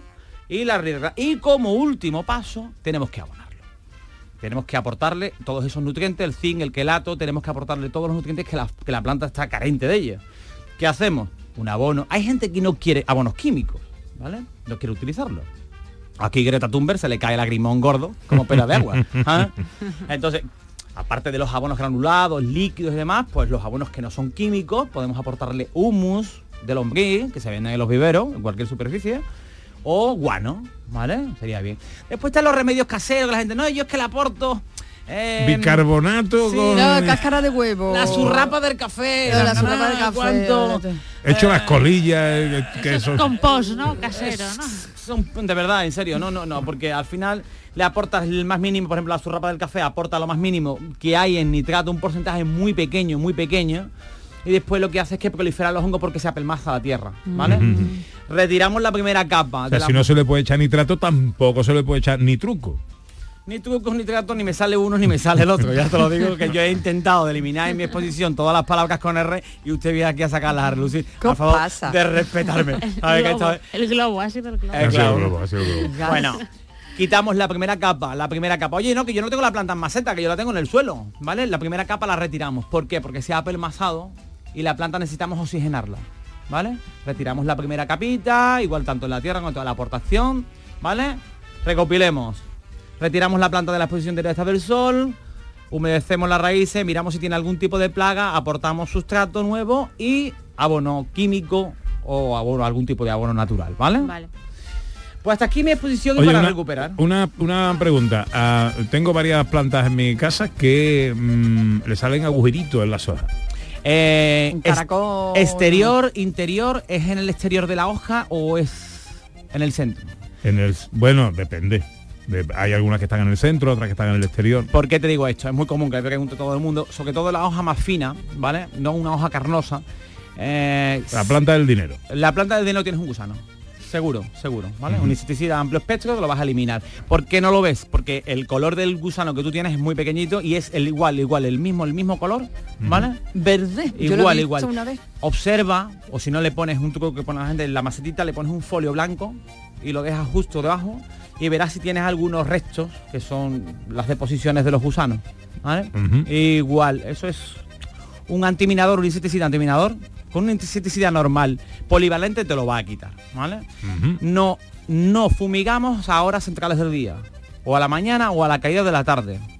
Y como último paso tenemos que abonarlo. Tenemos que aportarle todos esos nutrientes, el zinc, el quelato, tenemos que aportarle todos los nutrientes que la planta está carente de ellos. ¿Qué hacemos? Un abono. Hay gente que no quiere abonos químicos, ¿vale? No quiere utilizarlo. Aquí Greta Thunberg se le cae el lagrimón gordo como pera de agua. ¿Ah? Entonces, aparte de los abonos granulados, líquidos y demás, pues los abonos que no son químicos, podemos aportarle humus de lombriz, que se venden en los viveros, en cualquier superficie, o guano, ¿vale? Sería bien. Después están los remedios caseros, que la gente, no, yo es que le aporto... bicarbonato sí, con... No, cáscara de huevo. La surrapa del café. No, la surrapa del café. ¿Cuánto? He hecho las colillas. Que eso es compost, ¿no? Casero, ¿no? Son, de verdad, en serio, no, porque al final le aportas el más mínimo, por ejemplo, la surrapa del café aporta lo más mínimo que hay en nitrato, un porcentaje muy pequeño, y después lo que hace es que proliferan los hongos porque se apelmaza la tierra, ¿vale? Retiramos la primera capa. O sea, si no se le puede echar nitrato, tampoco se le puede echar ni truco. Ni trucos, ni tratos, ni me sale uno, ni me sale el otro. Ya te lo digo, que yo he intentado de eliminar en mi exposición todas las palabras con R y usted viene aquí a sacarlas a relucir. A favor de respetarme. El globo, ha sido el globo. Ha sido el globo. Bueno, quitamos la primera capa. Oye, no, que yo no tengo la planta en maceta, que yo la tengo en el suelo, ¿vale? La primera capa la retiramos. ¿Por qué? Porque se ha apelmazado y la planta necesitamos oxigenarla, ¿vale? Retiramos la primera capita, igual tanto en la tierra como en toda la aportación, ¿vale? Recopilemos. Retiramos la planta de la exposición directa del sol, humedecemos las raíces, miramos si tiene algún tipo de plaga, aportamos sustrato nuevo y abono químico o abono, algún tipo de abono natural, ¿vale? Vale. Pues hasta aquí mi exposición. Oye, y para recuperar. Una pregunta. Tengo varias plantas en mi casa que le salen agujeritos en las hojas. Exterior, interior, ¿es en el exterior de la hoja o es en el centro? Bueno, depende. Hay algunas que están en el centro, otras que están en el exterior. ¿Por qué te digo esto? Es muy común que le pregunte a todo el mundo, sobre todo la hoja más fina, ¿vale? No una hoja carnosa. La planta del dinero. La planta del dinero tienes un gusano. Seguro, ¿vale? Un insecticida amplio espectro que lo vas a eliminar. ¿Por qué no lo ves? Porque el color del gusano que tú tienes es muy pequeñito y es el mismo color, ¿vale? Verde. Igual. Una vez. Observa, o si no le pones un truco que pone la gente en la macetita, le pones un folio blanco y lo dejas justo debajo y verás si tienes algunos restos que son las deposiciones de los gusanos, ¿vale? Igual, eso es un antiminador, un insecticida antiminador. Con un insecticida normal, polivalente, te lo va a quitar, ¿vale? No fumigamos a horas centrales del día, o a la mañana o a la caída de la tarde,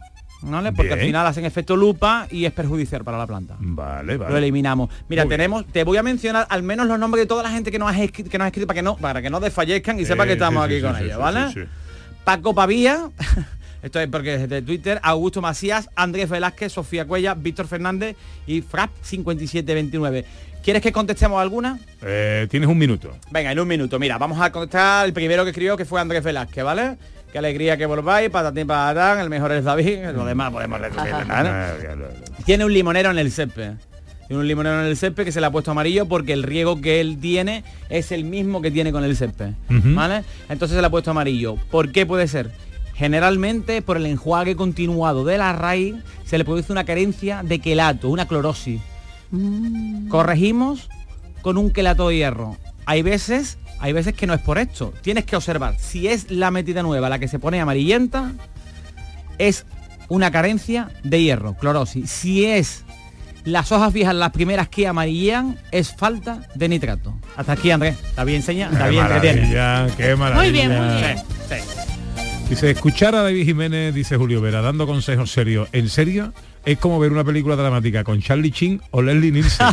¿vale? Porque Bien. al final hacen efecto lupa y es perjudicial para la planta. Vale, Lo vale. eliminamos. Mira, Muy bien. te voy a mencionar al menos los nombres de toda la gente que nos ha escrito para que no desfallezcan y sepa que estamos sí, aquí sí, con sí, ellos, sí, ¿vale? sí, sí. Paco Pavía, esto es porque es de Twitter, Augusto Macías, Andrés Velázquez, Sofía Cuella, Víctor Fernández y Frap5729. ¿Quieres que contestemos alguna? Tienes un minuto. Venga, en un minuto. Mira, vamos a contestar el primero que escribió, que fue Andrés Velázquez, ¿vale? Qué alegría que volváis, patatín patatán, el mejor es David, lo demás podemos repetir, ¿vale? Tiene un limonero en el césped. Tiene un limonero en el césped que se le ha puesto amarillo porque el riego que él tiene es el mismo que tiene con el césped, ¿vale? Entonces se le ha puesto amarillo. ¿Por qué puede ser? Generalmente por el enjuague continuado de la raíz se le produce una carencia de quelato, una clorosis. Corregimos con un quelato de hierro. Hay veces que no es por esto. Tienes que observar si es la metida nueva la que se pone amarillenta, es una carencia de hierro, clorosis. Si es las hojas viejas las primeras que amarillean, es falta de nitrato. Hasta aquí, Andrés. ¿Está bien enseña? ¿Está bien entretiene? Qué maravilla. Muy bien, muy bien. Sí, sí. Dice, escuchar a David Jiménez, dice Julio Vera, dando consejos serios, ¿en serio? Es como ver una película dramática con Charlie Sheen o Leslie Nielsen.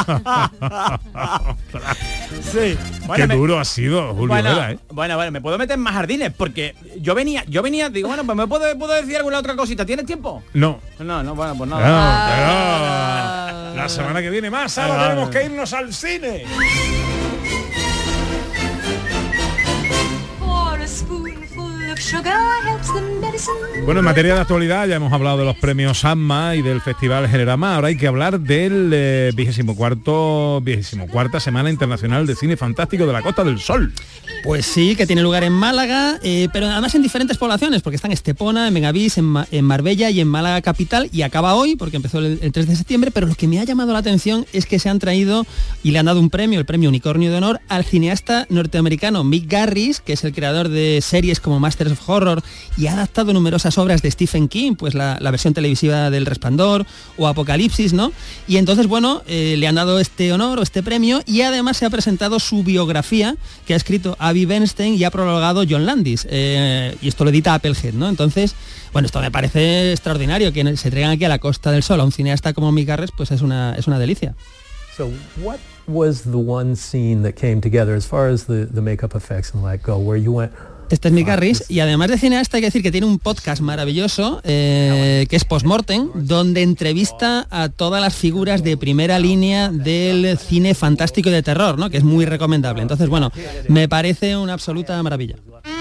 Sí. Qué duro ha sido Julio Vera, ¿eh? Bueno, me puedo meter en más jardines porque yo venía, digo, bueno, pues me puedo decir alguna otra cosita. ¿Tienes tiempo? No. No, bueno, pues No, nada. pero la semana que viene más, ahora tenemos que irnos al cine. Bueno, en materia de actualidad ya hemos hablado de los premios AMMA y del Festival Generama. Ahora hay que hablar del 24ª Semana Internacional de Cine Fantástico de la Costa del Sol. Pues sí, que tiene lugar en Málaga, pero además en diferentes poblaciones, porque está en Estepona, en Benavís, en Marbella y en Málaga capital, y acaba hoy, porque empezó el 3 de septiembre, pero lo que me ha llamado la atención es que se han traído y le han dado un premio, el premio Unicornio de Honor, al cineasta norteamericano Mick Garris, que es el creador de series como Masters of Horror y ha adaptado numerosas obras de Stephen King, pues la versión televisiva del Resplandor o Apocalipsis, ¿no? Y entonces, bueno, le han dado este honor o este premio y además se ha presentado su biografía que ha escrito Avi Bernstein y ha prologado John Landis, y esto lo edita Applehead, ¿no? Entonces, bueno, esto me parece extraordinario, que se traigan aquí a la Costa del Sol a un cineasta como Mick Garris, pues es una delicia. So what was the one scene that came together as far as the makeup effects and like go where you went? Este es Mick Garris y además de cineasta hay que decir que tiene un podcast maravilloso que es Postmortem, donde entrevista a todas las figuras de primera línea del cine fantástico y de terror, ¿no? Que es muy recomendable. Entonces, bueno, me parece una absoluta maravilla.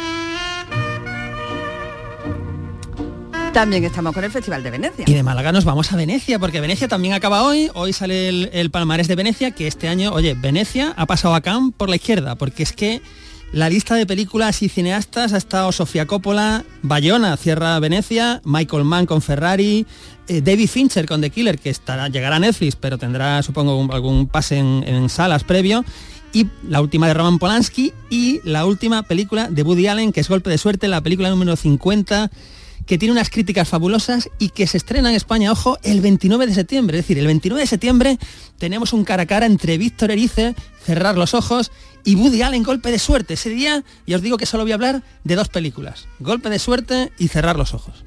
También estamos con el Festival de Venecia. Y de Málaga nos vamos a Venecia, porque Venecia también acaba hoy. Hoy sale el palmarés de Venecia, que este año, oye, Venecia ha pasado a Cannes por la izquierda, porque es que la lista de películas y cineastas ha estado Sofía Coppola, Bayona cierra Venecia, Michael Mann con Ferrari, David Fincher con The Killer, que llegará a Netflix, pero tendrá, supongo, algún pase en salas previo, y la última de Roman Polanski, y la última película de Woody Allen, que es Golpe de Suerte, la película número 50, que tiene unas críticas fabulosas y que se estrena en España, ojo, el 29 de septiembre. Es decir, el 29 de septiembre tenemos un cara a cara entre Víctor Erice, Cerrar los ojos, y Woody Allen, Golpe de Suerte. Ese día, y os digo que solo voy a hablar de dos películas, Golpe de Suerte y Cerrar los ojos.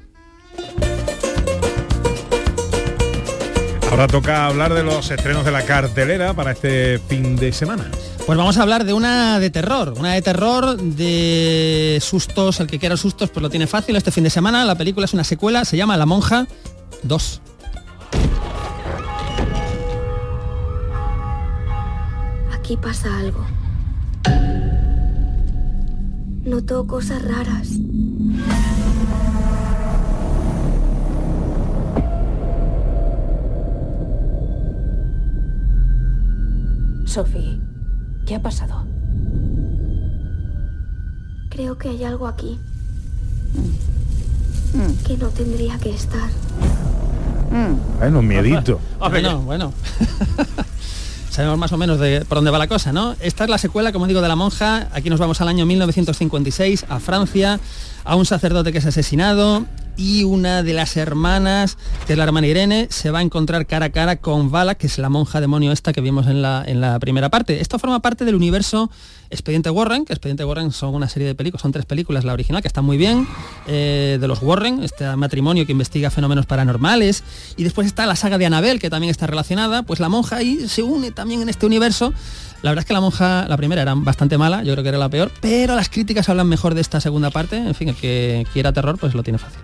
Ahora toca hablar de los estrenos de la cartelera para este fin de semana. Pues vamos a hablar de una de terror, de sustos. El que quiera sustos pues lo tiene fácil este fin de semana. La película es una secuela, se llama La Monja 2. Aquí pasa algo. Noto cosas raras. Sophie, ¿qué ha pasado? Creo que hay algo aquí que no tendría que estar. Bueno, miedito. Bueno. Sabemos más o menos por dónde va la cosa, ¿no? Esta es la secuela, como digo, de La Monja. Aquí nos vamos al año 1956, a Francia, a un sacerdote que es asesinado. y una de las hermanas, que es la hermana Irene, se va a encontrar cara a cara con Vala, que es la monja demonio esta que vimos en la primera parte. Esto forma parte del universo Expediente Warren, que Expediente Warren son una serie de películas, son 3 películas, la original, que está muy bien, de los Warren, este matrimonio que investiga fenómenos paranormales, y después está la saga de Annabelle, que también está relacionada, pues la monja ahí se une también en este universo. La verdad es que la monja, la primera, era bastante mala, yo creo que era la peor, pero las críticas hablan mejor de esta segunda parte. En fin, el que quiera terror, pues lo tiene fácil.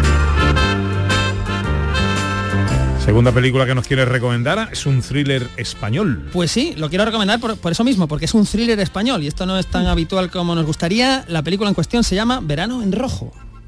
Segunda película que nos quieres recomendar, es un thriller español. Pues sí, lo quiero recomendar por eso mismo, porque es un thriller español y esto no es tan habitual como nos gustaría. La película en cuestión se llama Verano en Rojo.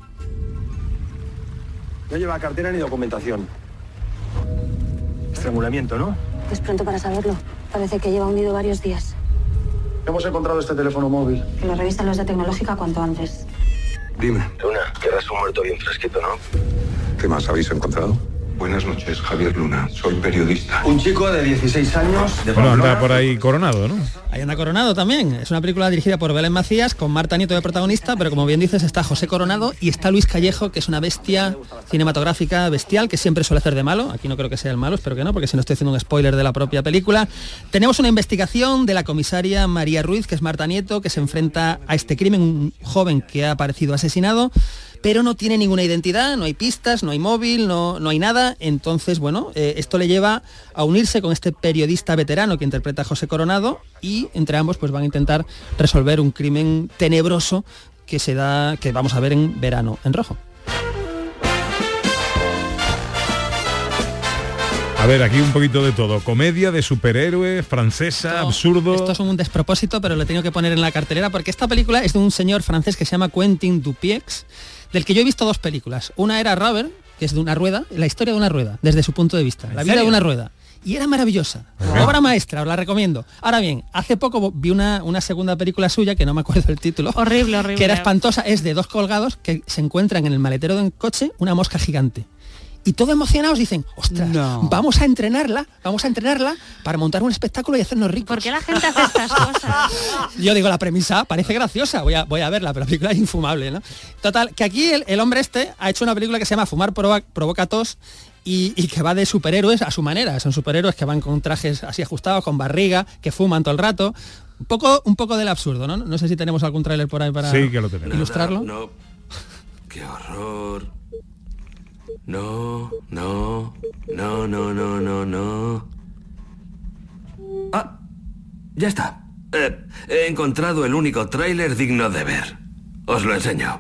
No lleva cartera ni documentación. Estrangulamiento, ¿no? Es pronto para saberlo. Parece que lleva hundido varios días. Hemos encontrado este teléfono móvil. Que lo revisten los de tecnológica cuanto antes. Dime. Luna, querrás un muerto bien fresquito, ¿no? ¿Qué más habéis encontrado? Buenas noches, Javier Luna. Soy periodista. Un chico de 16 años de Bueno, Pamplona. anda por ahí Coronado, ¿no? Ahí anda Coronado también. Es una película dirigida por Belén Macías, con Marta Nieto de protagonista, pero como bien dices, está José Coronado y está Luis Callejo, que es una bestia cinematográfica bestial, que siempre suele hacer de malo. Aquí no creo que sea el malo, espero que no, porque si no estoy haciendo un spoiler de la propia película. Tenemos una investigación de la comisaria María Ruiz, que es Marta Nieto, que se enfrenta a este crimen, un joven que ha aparecido asesinado, pero no tiene ninguna identidad, no hay pistas, no hay móvil, no hay nada. Entonces, bueno, esto le lleva a unirse con este periodista veterano que interpreta a José Coronado, y entre ambos pues van a intentar resolver un crimen tenebroso que vamos a ver en Verano en Rojo. A ver, aquí un poquito de todo. Comedia de superhéroes, francesa, absurdo. Esto es un despropósito, pero lo he tenido que poner en la cartelera porque esta película es de un señor francés que se llama Quentin Dupieux, del que yo he visto 2 películas. Una era Rubber, que es de una rueda, la historia de una rueda, desde su punto de vista. La vida de una rueda. Y era maravillosa. Obra maestra, os la recomiendo. Ahora bien, hace poco vi una segunda película suya, que no me acuerdo el título. Horrible. Que era espantosa. Es de 2 colgados que se encuentran en el maletero de un coche una mosca gigante. Y todos emocionados dicen, ostras, vamos a entrenarla para montar un espectáculo y hacernos ricos. ¿Por qué la gente hace estas cosas? Yo digo, la premisa parece graciosa, voy a verla, pero la película es infumable, ¿no? Total, que aquí el hombre este ha hecho una película que se llama Fumar provoca tos, y que va de superhéroes a su manera. Son superhéroes que van con trajes así ajustados, con barriga, que fuman todo el rato. Un poco del absurdo, ¿no? No sé si tenemos algún tráiler por ahí para ilustrarlo. No. Qué horror. No. Ah, ya está. He encontrado el único tráiler digno de ver. Os lo enseño.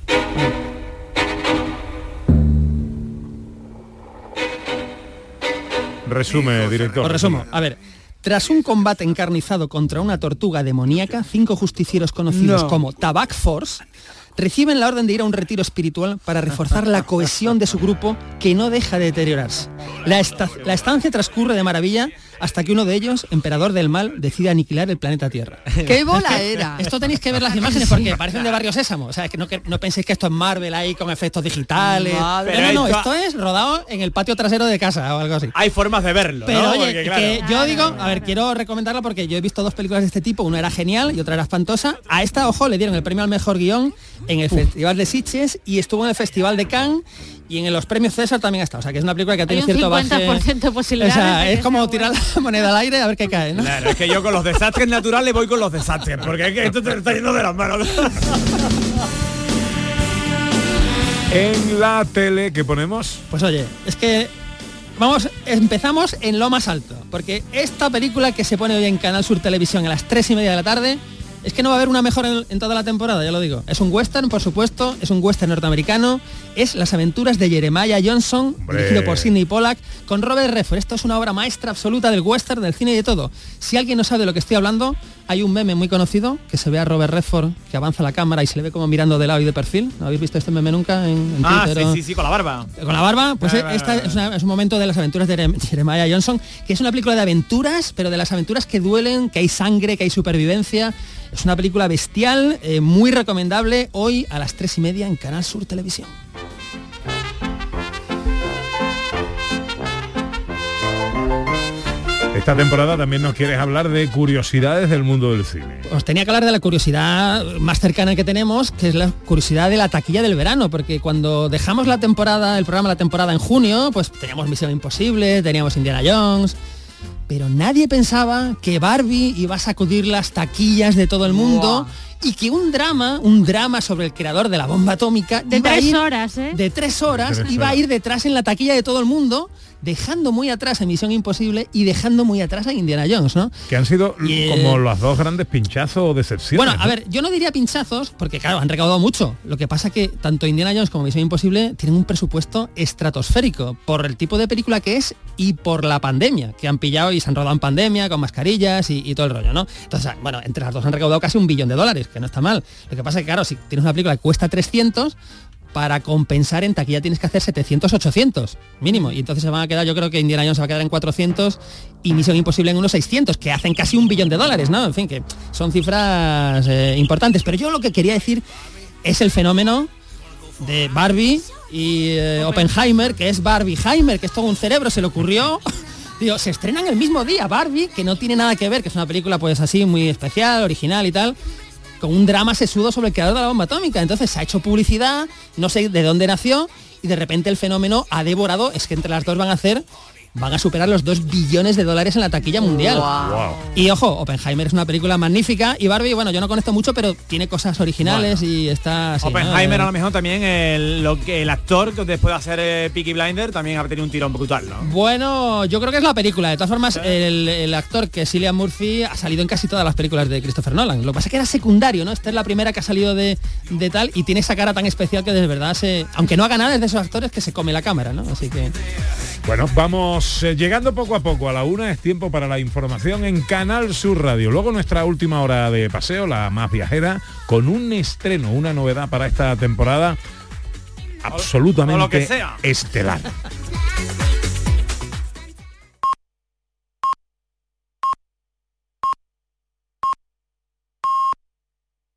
Resume, director. Os resumo. A ver, tras un combate encarnizado contra una tortuga demoníaca, 5 justicieros conocidos como Tabac Force reciben la orden de ir a un retiro espiritual para reforzar la cohesión de su grupo, que no deja de deteriorarse. La estancia transcurre de maravilla hasta que uno de ellos, emperador del mal, decide aniquilar el planeta Tierra. ¡Qué bola era! Esto tenéis que ver las imágenes porque parecen de Barrio Sésamo. O sea, es que no penséis que esto es Marvel ahí con efectos digitales. No, esto es rodado en el patio trasero de casa o algo así. Hay formas de verlo, pero ¿no? oye, Porque, claro, que yo digo, a ver, quiero recomendarla porque yo he visto 2 películas de este tipo, una era genial y otra era espantosa. A esta, ojo, le dieron el premio al mejor guión en el Festival de Sitges y estuvo en el Festival de Cannes, y en los premios César también ha estado. O sea, que es una película que ha tenido cierto baje. 50% de posibilidades. O sea, es como tirar la moneda al aire a ver qué cae, ¿no? Claro, es que yo con los desastres naturales voy con los desastres, porque es que esto te está yendo de las manos. En la tele que ponemos, pues oye, es que empezamos en lo más alto, porque esta película que se pone hoy en Canal Sur Televisión a las 3:30 de la tarde, es que no va a haber una mejor en toda la temporada, ya lo digo. Es un western, por supuesto, es un western norteamericano, es Las aventuras de Jeremiah Johnson, dirigido por Sidney Pollack, con Robert Redford. Esto es una obra maestra absoluta del western, del cine y de todo. Si alguien no sabe de lo que estoy hablando, hay un meme muy conocido, que se ve a Robert Redford, que avanza la cámara y se le ve como mirando de lado y de perfil. ¿No habéis visto este meme nunca en Twitter? Sí, con la barba. Con la barba, pues es un momento de Las aventuras de Jeremiah Johnson, que es una película de aventuras, pero de las aventuras que duelen, que hay sangre, que hay supervivencia. Es una película bestial, muy recomendable, hoy a las 3:30 en Canal Sur Televisión. Esta temporada también nos quieres hablar de curiosidades del mundo del cine. Os tenía que hablar de la curiosidad más cercana que tenemos, que es la curiosidad de la taquilla del verano, porque cuando dejamos el programa La Temporada en junio, pues teníamos Misión Imposible, teníamos Indiana Jones, pero nadie pensaba que Barbie iba a sacudir las taquillas de todo el mundo. Wow. Y que un drama sobre el creador de la bomba atómica de 3 horas, de 3 horas iba a ir detrás en la taquilla de todo el mundo, dejando muy atrás a Misión Imposible y dejando muy atrás a Indiana Jones, ¿no? Que han sido como los dos grandes pinchazos o decepciones. Bueno, a ver, yo no diría pinchazos, porque claro, han recaudado mucho. Lo que pasa que tanto Indiana Jones como Misión Imposible tienen un presupuesto estratosférico por el tipo de película que es y por la pandemia, que han pillado y se han rodado en pandemia, con mascarillas y todo el rollo, ¿no? Entonces, bueno, entre las dos han recaudado casi $1 billón, que no está mal. Lo que pasa es que, claro, si tienes una película que cuesta 300, para compensar en taquilla tienes que hacer 700, 800 mínimo, y entonces se van a quedar, yo creo que Indiana Jones se va a quedar en 400 y Misión Imposible en unos 600, que hacen casi $1 billón, ¿no? En fin, que son cifras importantes, pero yo lo que quería decir es el fenómeno de Barbie y Oppenheimer, que es Barbieheimer, que es todo un cerebro, se le ocurrió. Digo, se estrenan el mismo día Barbie, que no tiene nada que ver, que es una película pues así muy especial, original y tal, con un drama sesudo sobre el creador de la bomba atómica. Entonces se ha hecho publicidad, no sé de dónde nació, y de repente el fenómeno ha devorado, es que entre las dos van a superar los $2 billones en la taquilla mundial. Wow. Y ojo, Oppenheimer es una película magnífica, y Barbie, bueno, yo no conecto mucho, pero tiene cosas originales, bueno, y está así, Oppenheimer, ¿no? a lo mejor también el actor que después de hacer Peaky Blinders también ha tenido un tirón brutal, ¿no? Bueno, yo creo que es la película. De todas formas, el actor que es Cillian Murphy ha salido en casi todas las películas de Christopher Nolan. Lo que pasa es que era secundario, ¿no? Esta es la primera que ha salido de tal, y tiene esa cara tan especial que de verdad aunque no haga nada, es de esos actores que se come la cámara, ¿no? Así que... Bueno, vamos llegando poco a poco a la 1, es tiempo para la información en Canal Sur Radio. Luego nuestra última hora de paseo, la más viajera, con un estreno, una novedad para esta temporada absolutamente estelar.